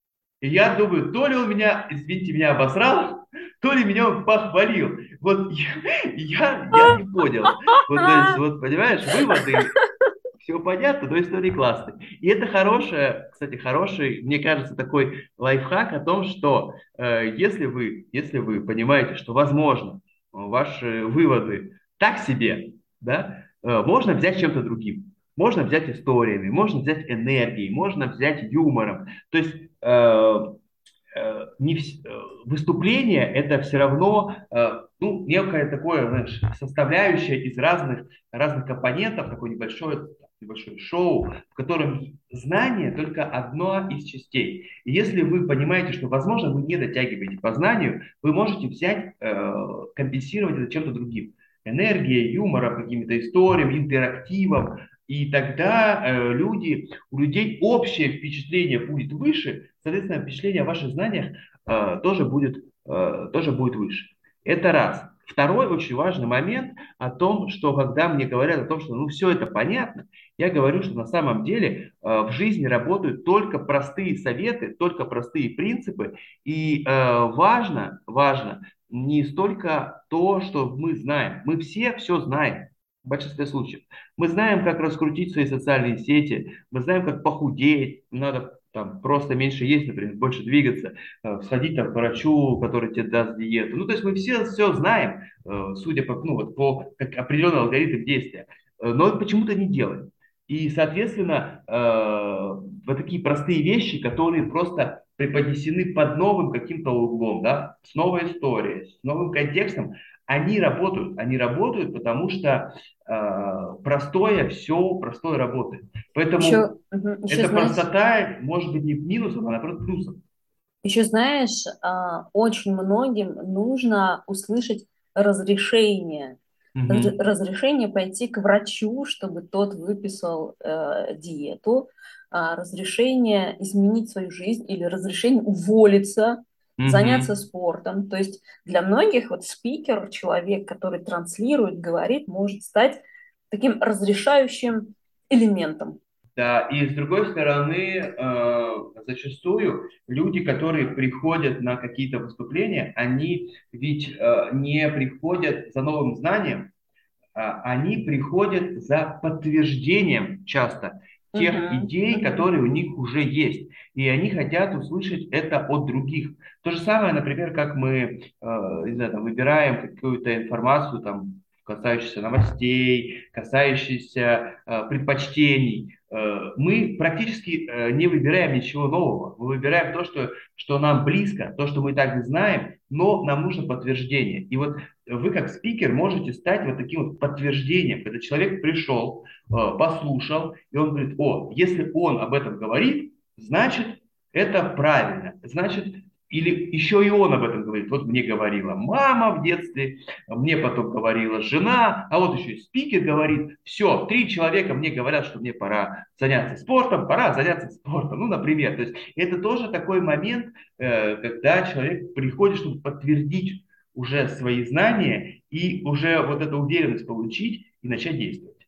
И я думаю, то ли он меня, извините, меня обосрал, то ли меня он похвалил. Вот я, я, я не понял. Вот, то есть, вот, понимаешь, выводы все понятно, но истории классные. И это хорошая, кстати, хороший, мне кажется, такой лайфхак о том, что э, если вы, если вы понимаете, что, возможно, ваши выводы так себе, да, э, можно взять чем-то другим. Можно взять историями, можно взять энергией, можно взять юмором. То есть э, э, не вс- э, выступление это все равно э, ну, некое такое, знаешь, составляющее из разных, разных компонентов, такое небольшое, небольшое шоу, в котором знание только одно из частей. И если вы понимаете, что, возможно, вы не дотягиваете по знанию, вы можете взять, э, компенсировать это чем-то другим. Энергией, юмором, какими-то историями, интерактивом. И тогда э, люди, у людей общее впечатление будет выше, соответственно, впечатление о ваших знаниях э, тоже будет, э, тоже будет выше. Это раз. Второй очень важный момент о том, что когда мне говорят о том, что ну все это понятно, я говорю, что на самом деле э, в жизни работают только простые советы, только простые принципы, и э, важно, важно не столько то, что мы знаем. Мы все все знаем в большинстве случаев. Мы знаем, как раскрутить свои социальные сети, мы знаем, как похудеть, надо там просто меньше есть, например, больше двигаться, э, сходить там к врачу, который тебе даст диету. Ну, то есть мы все все знаем, э, судя по, ну, вот, по как определенный алгоритм действия, э, но почему-то не делаем. И, соответственно, э, вот такие простые вещи, которые просто преподнесены под новым каким-то углом, да, с новой историей, с новым контекстом, они работают. Они работают, потому что э, простое все, простое работает. Поэтому Еще, еще эта знаешь, простота может быть не минусом, а наоборот плюсом. еще знаешь, а, очень многим нужно услышать разрешение, Раз- Мгм. разрешение пойти к врачу, чтобы тот выписал э, диету, а, разрешение изменить свою жизнь или разрешение уволиться, заняться Мгм. спортом. То есть для многих вот спикер, человек, который транслирует, говорит, может стать таким разрешающим элементом. Да, и с другой стороны, э, зачастую люди, которые приходят на какие-то выступления, они ведь э, не приходят за новым знанием, а, они приходят за подтверждением часто тех Мгм, идей, мгм. которые у них уже есть. И они хотят услышать это от других. То же самое, например, как мы э, не знаю, там, выбираем какую-то информацию, там, касающуюся новостей, касающуюся э, предпочтений. Э, мы практически э, не выбираем ничего нового. Мы выбираем то, что, что нам близко, то, что мы и так знаем, но нам нужно подтверждение. И вот вы как спикер можете стать вот таким вот подтверждением, когда человек пришел, э, послушал, и он говорит: о, если он об этом говорит, значит, это правильно. Значит, или еще и он об этом говорит. Вот мне говорила мама в детстве, мне потом говорила жена, а вот еще и спикер говорит. Все, три человека мне говорят, что мне пора заняться спортом, пора заняться спортом. Ну, например. То есть это тоже такой момент, э, когда человек приходит, чтобы подтвердить уже свои знания и уже вот эту уверенность получить и начать действовать.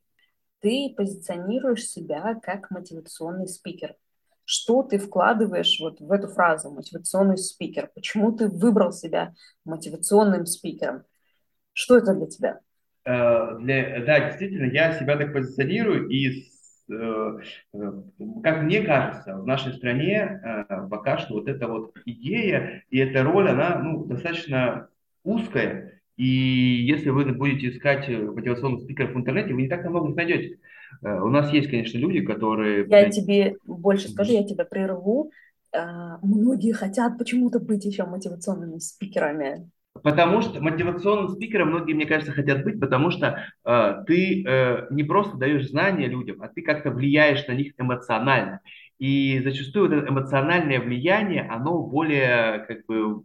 Ты позиционируешь себя как мотивационный спикер. Что ты вкладываешь вот в эту фразу мотивационный спикер? Почему ты выбрал себя мотивационным спикером? Что это для тебя? Э, для, да, действительно, я себя так позиционирую, и с- э, э, как мне кажется, в нашей стране э, пока что вот эта вот идея и эта роль, она ну, достаточно узкая, и если вы будете искать э, мотивационных спикеров в интернете, вы не так много их найдете. Э, у нас есть, конечно, люди, которые... Я знаете, тебе больше скажу, мгм. я тебя прерву. А, Многие хотят почему-то быть еще мотивационными спикерами. Потому что мотивационным спикером многие, мне кажется, хотят быть, потому что э, ты э, не просто даешь знания людям, а ты как-то влияешь на них эмоционально. И зачастую вот это эмоциональное влияние, оно более как бы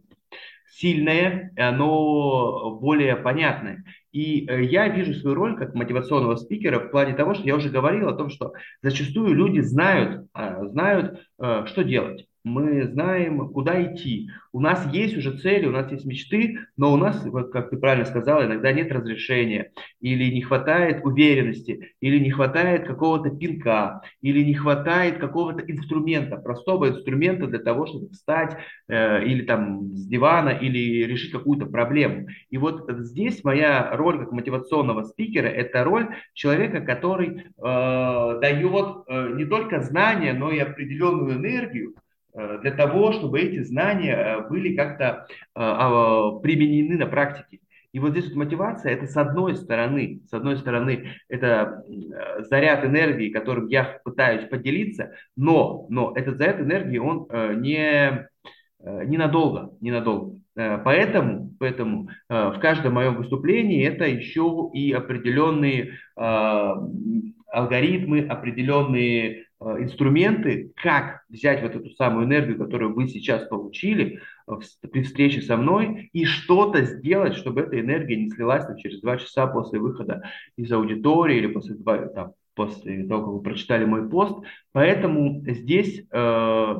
сильное, и оно более понятное. И э, я вижу свою роль как мотивационного спикера в плане того, что я уже говорил о том, что зачастую люди знают, а, знают, э, что делать. Мы знаем, куда идти. У нас есть уже цели, у нас есть мечты, но у нас, вот как ты правильно сказал, иногда нет разрешения, или не хватает уверенности, или не хватает какого-то пинка, или не хватает какого-то инструмента, простого инструмента для того, чтобы встать э, или там с дивана, или решить какую-то проблему. И вот здесь моя роль как мотивационного спикера — это роль человека, который э, дает э, не только знания, но и определенную энергию э, для того, чтобы эти знания э, были как-то э, а, применены на практике. И вот здесь вот мотивация — это с одной стороны, с одной стороны, это э, заряд энергии, которым я пытаюсь поделиться, но, но этот заряд энергии, он э, не э, ненадолго, ненадолго. Э, Поэтому, поэтому э, в каждом моем выступлении это еще и определенные э, алгоритмы, определенные э, инструменты, как взять вот эту самую энергию, которую вы сейчас получили э, в- при встрече со мной, и что-то сделать, чтобы эта энергия не слилась там, через два часа после выхода из аудитории или после, два- там, после того, как вы прочитали мой пост. Поэтому здесь э,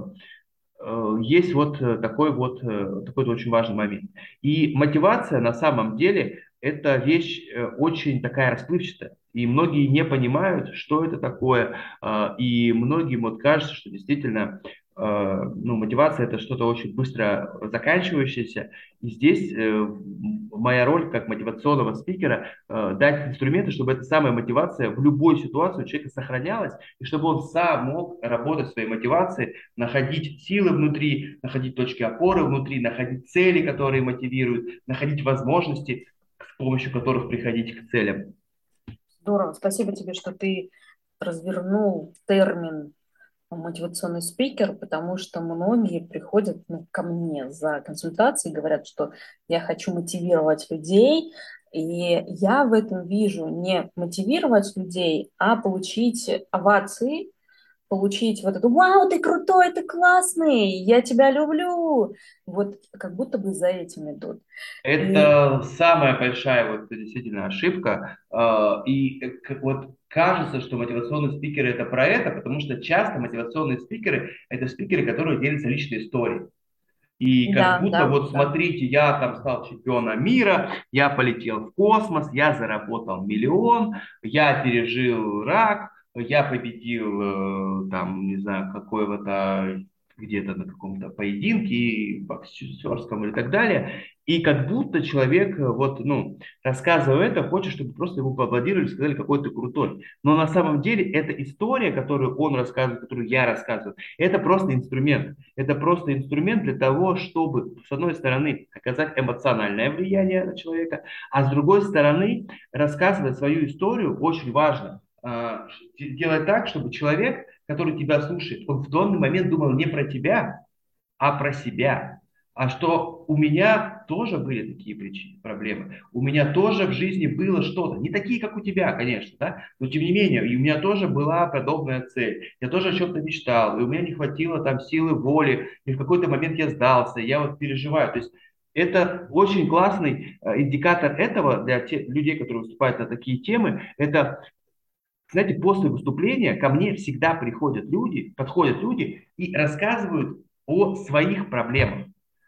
э, есть вот э, такой вот, э, такой вот очень важный момент. И мотивация на самом деле это вещь э, очень такая расплывчатая. И многие не понимают, что это такое. А, И многим вот кажется, что действительно э, ну, мотивация — это что-то очень быстро заканчивающееся. И здесь э, моя роль как мотивационного спикера э, дать инструменты, чтобы эта самая мотивация в любой ситуации у человека сохранялась, и чтобы он сам мог работать своей мотивацией, находить силы внутри, находить точки опоры внутри, находить цели, которые мотивируют, находить возможности, с помощью которых приходить к целям. Здорово, спасибо тебе, что ты развернул термин мотивационный спикер, потому что многие приходят ну, ко мне за консультацией и говорят, что я хочу мотивировать людей, и я в этом вижу не мотивировать людей, а получить овации, получить вот это «Вау, ты крутой, ты классный, я тебя люблю!» Вот как будто бы за этим идут. И Это самая большая вот действительно ошибка. Э, И э, как вот кажется, что мотивационные спикеры это про это, потому что часто мотивационные спикеры это спикеры, которые делятся личной историей. И как да, будто да, вот да. смотрите, я там стал чемпионом мира, я полетел в космос, я заработал миллион, я пережил рак, я победил э, там, не знаю, какого-то где-то на каком-то поединке, боксерском или так далее, и как будто человек, э, вот, ну, рассказывая это, хочет, чтобы просто ему поаплодировали, сказали, какой ты крутой. Но на самом деле эта история, которую он рассказывает, которую я рассказываю, это просто инструмент. Это просто инструмент для того, чтобы, с одной стороны, оказать эмоциональное влияние на человека, а с другой стороны, рассказывать свою историю очень важно. А, делать так, чтобы человек, который тебя слушает, он в данный момент думал не про тебя, а про себя. А что у меня тоже были такие причины, проблемы. У меня тоже в жизни было что-то. Не такие, как у тебя, конечно, да? Но тем не менее, и у меня тоже была подобная цель. Я тоже о чем-то мечтал, и у меня не хватило там силы воли, и в какой-то момент я сдался, я вот переживаю. То есть это очень классный э, индикатор этого для тех людей, которые выступают на такие темы. Это, знаете, после выступления ко мне всегда приходят люди, подходят люди и рассказывают о своих проблемах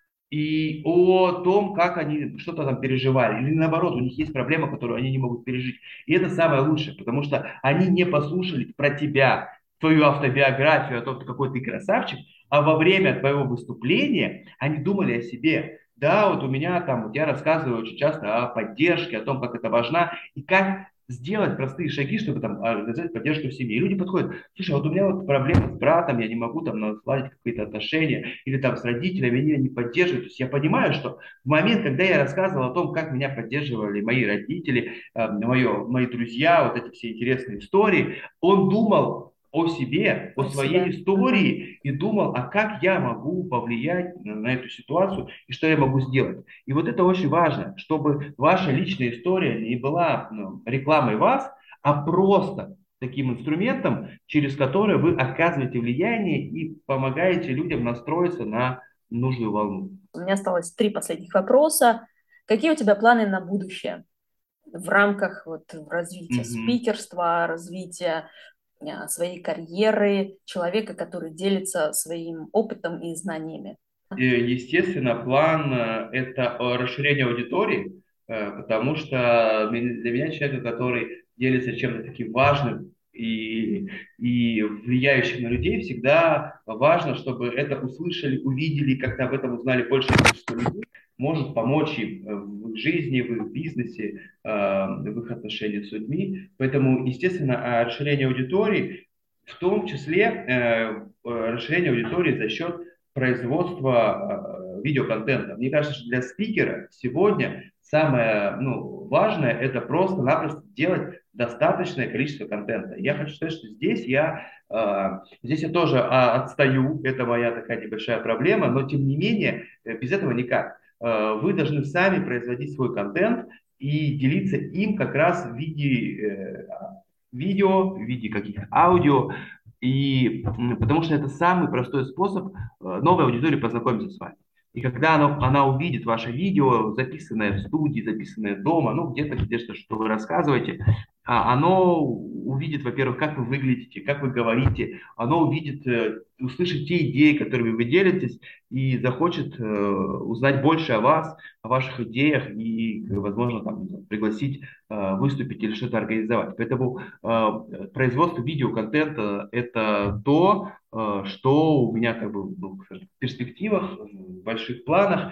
и о том, как они что-то там переживали. Или наоборот, у них есть проблема, которую они не могут пережить. И это самое лучшее, потому что они не послушали про тебя, твою автобиографию, о том, какой ты красавчик, а во время твоего выступления они думали о себе. Да, вот у меня там, вот я рассказываю очень часто о поддержке, о том, как это важно, и как сделать простые шаги, чтобы там организовать поддержку в семье. И люди подходят: слушай, а вот у меня вот проблемы с братом, я не могу там наладить какие-то отношения, или там с родителями, они меня не поддерживают. То есть я понимаю, что в момент, когда я рассказывал о том, как меня поддерживали мои родители, э, мое, мои друзья, вот эти все интересные истории, он думал о себе, о О своей себе. Мгм. истории и думал, а как я могу повлиять на, на эту ситуацию и что я могу сделать. И вот это очень важно, чтобы ваша личная история не была, ну, рекламой вас, а просто таким инструментом, через который вы оказываете влияние и помогаете людям настроиться на нужную волну. У меня осталось три последних вопроса. Какие у тебя планы на будущее в рамках вот развития Мгм. спикерства, развития а, своей карьеры, человека, который делится своим опытом и знаниями? И, естественно, план э, это э, расширение аудитории, э, потому что для для меня человека, который делится чем-то таким важным и, и влияющим на людей, всегда важно, чтобы это услышали, увидели, как-то об этом узнали больше количество людей, может помочь им э, в их жизни, в их бизнесе, э, в их отношениях с людьми. Поэтому, естественно, а расширение аудитории, в том числе э, э, расширение аудитории за счет производства э, видеоконтента. Мне кажется, что для спикера сегодня самое, ну, важное — это просто-напросто делать достаточное количество контента. Я хочу сказать, что здесь я, э, здесь я тоже а, отстаю, это моя такая небольшая проблема, но тем не менее э, без этого никак. Э, вы должны сами производить свой контент и делиться им как раз в виде э, видео, в виде каких-то аудио, и м, потому что это самый простой способ э, новой аудитории познакомиться с вами. И когда она, она увидит ваше видео, записанное в студии, записанное дома, ну где-то, где-то, что вы рассказываете, а, оно увидит, во-первых, как вы выглядите, как вы говорите, оно увидит, э, услышит те идеи, которыми вы делитесь, и захочет э, узнать больше о вас, о ваших идеях и, возможно, там, пригласить э, выступить или что-то организовать. Поэтому э, производство видеоконтента — это то, э, что у меня как бы ну, в перспективах, в больших планах.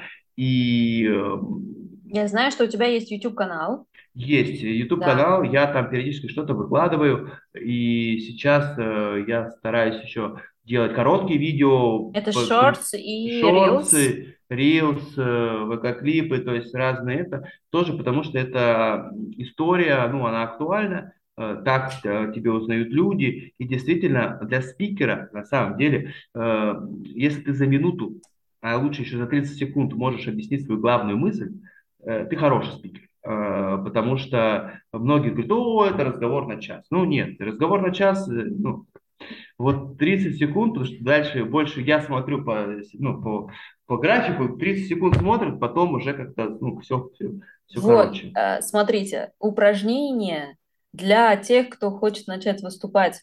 И э, Я знаю, что у тебя есть YouTube-канал. есть Да. YouTube-канал, я там периодически что-то выкладываю. И сейчас э, я стараюсь еще делать короткие видео, Это по- по- Shorts и Reels. шортсы, рилс, ви кей-клипы, то есть разные это. Тоже потому что это история, ну, она актуальна. э, Так э, тебе узнают люди. И действительно, для спикера, на самом деле, э, если ты за минуту, а лучше еще за тридцать секунд можешь объяснить свою главную мысль, э, ты хороший спикер. Э, Потому что многие говорят: о, это разговор на час. Ну нет, разговор на час, э, ну, вот тридцать секунд, потому что дальше больше я смотрю по, ну, по, по графику, тридцать секунд смотрят, потом уже как-то, ну, все, все, все Вот, короче. э, смотрите, упражнение для тех, кто хочет начать выступать.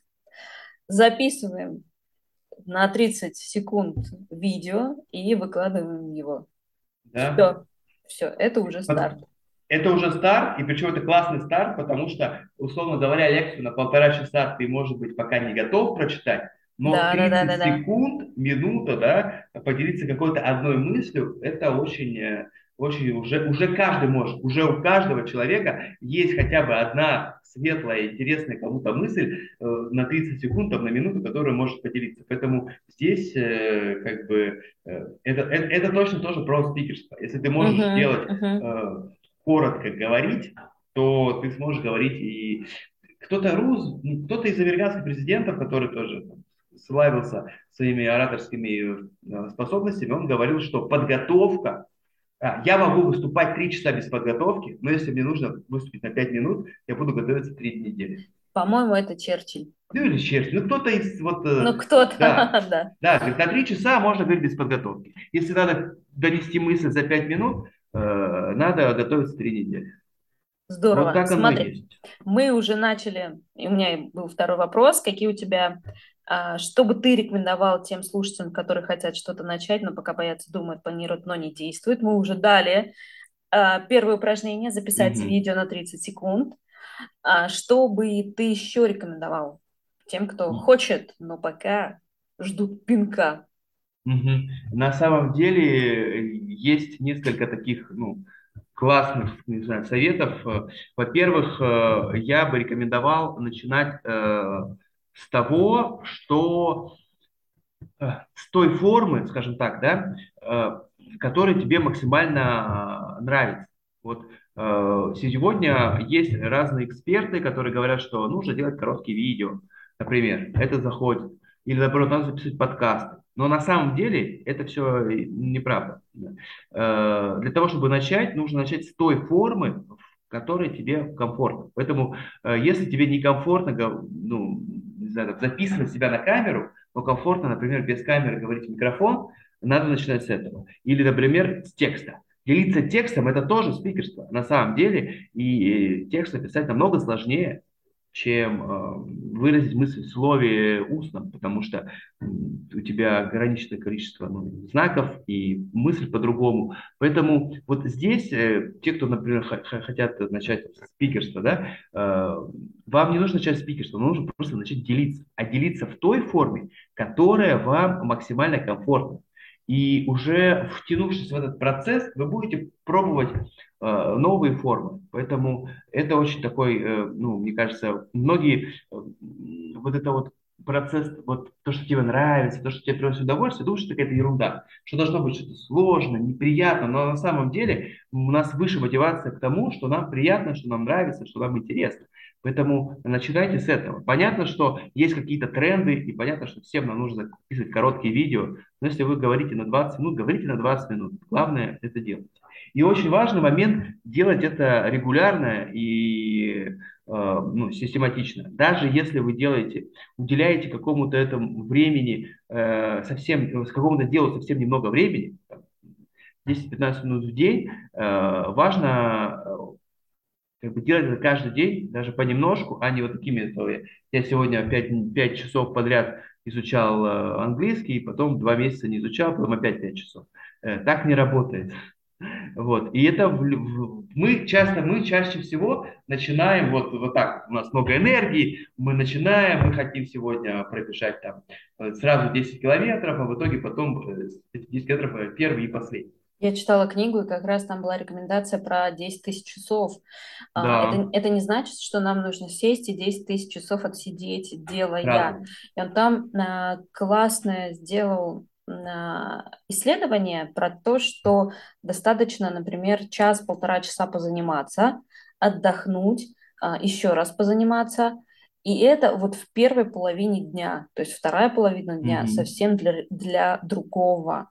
Записываем на тридцать секунд видео и выкладываем его. Да? Все, все, это уже Вот старт. это уже старт, и причем это классный старт, потому что, условно говоря, лекцию на полтора часа ты, может быть, пока не готов прочитать, Но Да, да, да, да, тридцать да. секунд, минута, да, поделиться какой-то одной мыслью, это очень, э, очень уже, уже каждый может, уже у каждого человека есть хотя бы одна светлая, интересная кому-то мысль э, на тридцать секунд, там, на минуту, которую может поделиться. Поэтому здесь э, как бы э, это, это, это точно тоже про спикерство. Если ты можешь Угу, сделать угу. э, коротко говорить, то ты сможешь говорить и кто-то рус, ну, кто-то из американских президентов, который тоже там славился своими ораторскими э, способностями, он говорил, что подготовка, а, я могу выступать три часа без подготовки, но если мне нужно выступить на пять минут, я буду готовиться три недели. По-моему, это Черчилль. Ну или честно, ну кто-то из вот, Ну, э, кто-то, да, да. да, говорит, на три часа можно говорить без подготовки. Если надо донести мысль за пять минут, э, надо готовиться три недели. Вот Здорово. так оно и Смотри, есть. мы уже начали, и у меня был второй вопрос. Какие у тебя, а, что бы ты рекомендовал тем слушателям, которые хотят что-то начать, но пока боятся, думают, планируют, но не действуют? Мы уже дали а, первое упражнение, записать Мгм. видео на тридцать секунд. А что бы ты еще рекомендовал тем, кто хочет, но пока ждут пинка? Мгм. На самом деле э, есть несколько таких, ну, классных, не знаю, советов. Э, Во-первых, э, я бы рекомендовал начинать э, с того, что э, с той формы, скажем так, да, э, которая тебе максимально э, нравится. Вот э, сегодня есть разные эксперты, которые говорят, что нужно делать короткие видео, например, это заходит, или наоборот, надо записывать подкасты. Но на самом деле это все неправда. Э, Для того, чтобы начать, нужно начать с той формы, в которой тебе комфортно. Поэтому, э, если тебе некомфортно, гов- ну, не знаю, записывать себя на камеру, но комфортно, например, без камеры говорить в микрофон, надо начинать с этого. Или, например, с текста. Делиться текстом – это тоже спикерство на самом деле, и текст написать намного сложнее, чем э, выразить мысль в слове устном, потому что м, у тебя ограниченное количество ну, знаков и мысль по-другому. Поэтому вот здесь э, те, кто, например, х- х- хотят начать с спикерства, да, э, вам не нужно начать с спикерства, нужно просто начать делиться, а делиться в той форме, которая вам максимально комфортна. И уже втянувшись в этот процесс, вы будете пробовать э, новые формы. Поэтому это очень такой, э, ну, мне кажется, многие э, вот это вот процесс, вот то, что тебе нравится, то, что тебе приносит удовольствие, думаешь, что это какая-то ерунда, что должно быть что-то сложно, неприятно, но на самом деле у нас выше мотивация к тому, что нам приятно, что нам нравится, что нам интересно. Поэтому начинайте с этого. Понятно, что есть какие-то тренды, и понятно, что всем нам нужно записывать короткие видео, но если вы говорите на двадцать минут, говорите на двадцать минут. Главное это делать. И очень важный момент делать это регулярно и э, ну, систематично. Даже если вы делаете, уделяете какому-то этому времени, э, совсем, с какому-то делу совсем немного времени, там, десять-пятнадцать минут в день, э, важно э, как бы делать это каждый день, даже понемножку, а не вот такими. То я, я сегодня пять пять часов подряд изучал э, английский, и потом два месяца не изучал, потом опять пять часов. Э, так не работает. Вот. И это в- в- мы часто, мы чаще всего начинаем вот, вот так. У нас много энергии, мы начинаем, мы хотим сегодня пробежать там э, сразу десять километров, а в итоге потом э, эти десять километров э, первый и последний. Я читала книгу, и как раз там была рекомендация про десять тысяч часов. А, Это, Да, это не значит, что нам нужно сесть и десять тысяч часов отсидеть, делая. сразу. И он там а, классное сделал а, исследование про то, что достаточно, например, час-полтора часа позаниматься, отдохнуть, а, еще раз позаниматься. И это вот в первой половине дня. То есть вторая половина дня Мгм. совсем для, для другого.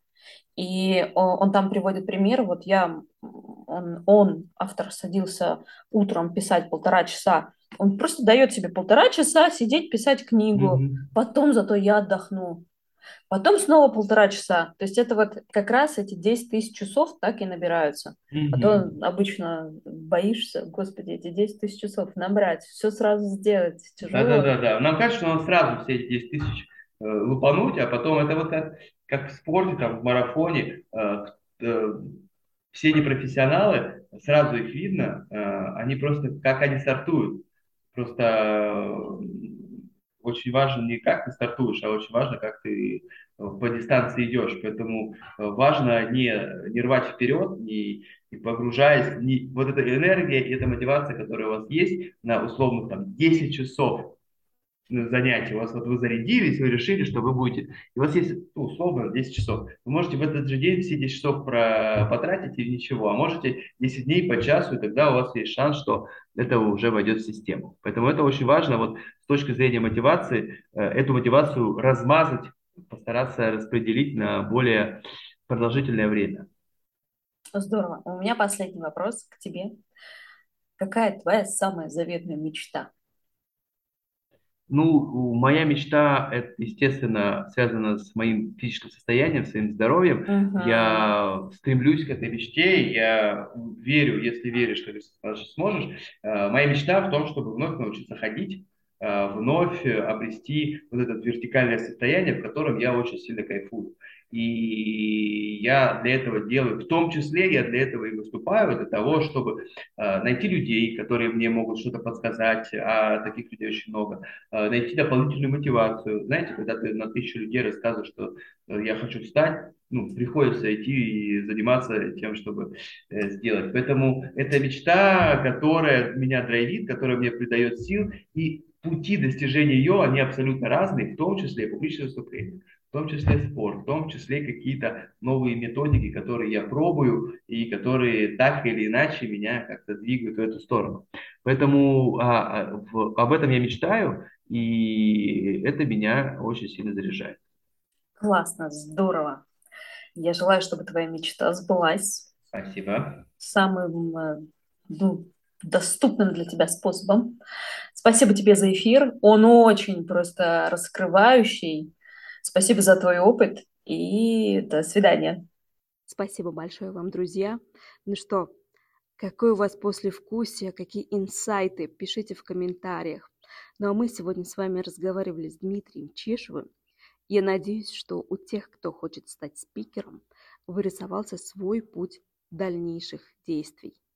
И о- он там приводит пример, вот я, он, он, автор, садился утром писать полтора часа, он просто дает себе полтора часа сидеть, писать книгу, Мгм. потом зато я отдохну, потом снова полтора часа. То есть это вот как раз эти десять тысяч часов так и набираются. А то Мгм. обычно боишься, господи, эти десять тысяч часов набрать, все сразу сделать, тяжело. Да-да-да-да. Нам кажется, что надо сразу все эти десять тысяч э, лупануть, а потом это вот как, как в спорте, там, в марафоне. э, э, все непрофессионалы, сразу их видно, э, они просто, как они стартуют. Просто очень важно не как ты стартуешь, а очень важно, как ты по дистанции идешь. Поэтому важно не, не рвать вперед, не, не погружаясь, не, вот эта энергия и эта мотивация, которая у вас есть на условных там десять часов занятий, у вас вот вы зарядились, вы решили, что вы будете, и у вас есть, ну, условно, десять часов. Вы можете в этот же день все десять часов про, потратить и ничего, а можете десять дней по часу, и тогда у вас есть шанс, что это уже войдет в систему. Поэтому это очень важно, вот с точки зрения мотивации, э, эту мотивацию размазать, постараться распределить на более продолжительное время. Здорово. У меня последний вопрос к тебе. Какая твоя самая заветная мечта? Ну, моя мечта, это, естественно, связана с моим физическим состоянием, своим здоровьем. Угу. Я стремлюсь к этой мечте, я верю, если веришь, что ты сможешь. Э, Моя мечта в том, чтобы вновь научиться ходить, э, вновь обрести вот это вертикальное состояние, в котором я очень сильно кайфую. И я для этого делаю, в том числе я для этого и выступаю, для того, чтобы э, найти людей, которые мне могут что-то подсказать, а таких людей очень много, э, найти дополнительную мотивацию. Знаете, когда ты на тысячу людей рассказываешь, что э, я хочу встать, ну, приходится идти и заниматься тем, чтобы э, сделать. Поэтому это мечта, которая меня драйвит, которая мне придает сил, и пути достижения ее, они абсолютно разные, в том числе и публичное выступление, в том числе спорт, в том числе какие-то новые методики, которые я пробую и которые так или иначе меня как-то двигают в эту сторону. Поэтому а, а, в- об этом я мечтаю, и это меня очень сильно заряжает. Классно, здорово. Я желаю, чтобы твоя мечта сбылась Спасибо. самым э, ну, доступным для тебя способом. Спасибо тебе за эфир. Он очень просто раскрывающий. Спасибо за твой опыт и до свидания. Спасибо большое вам, друзья. Ну что, какое у вас послевкусие, какие инсайты, пишите в комментариях. Ну а мы сегодня с вами разговаривали с Дмитрием Чешевым. Я надеюсь, что у тех, кто хочет стать спикером, вырисовался свой путь дальнейших действий.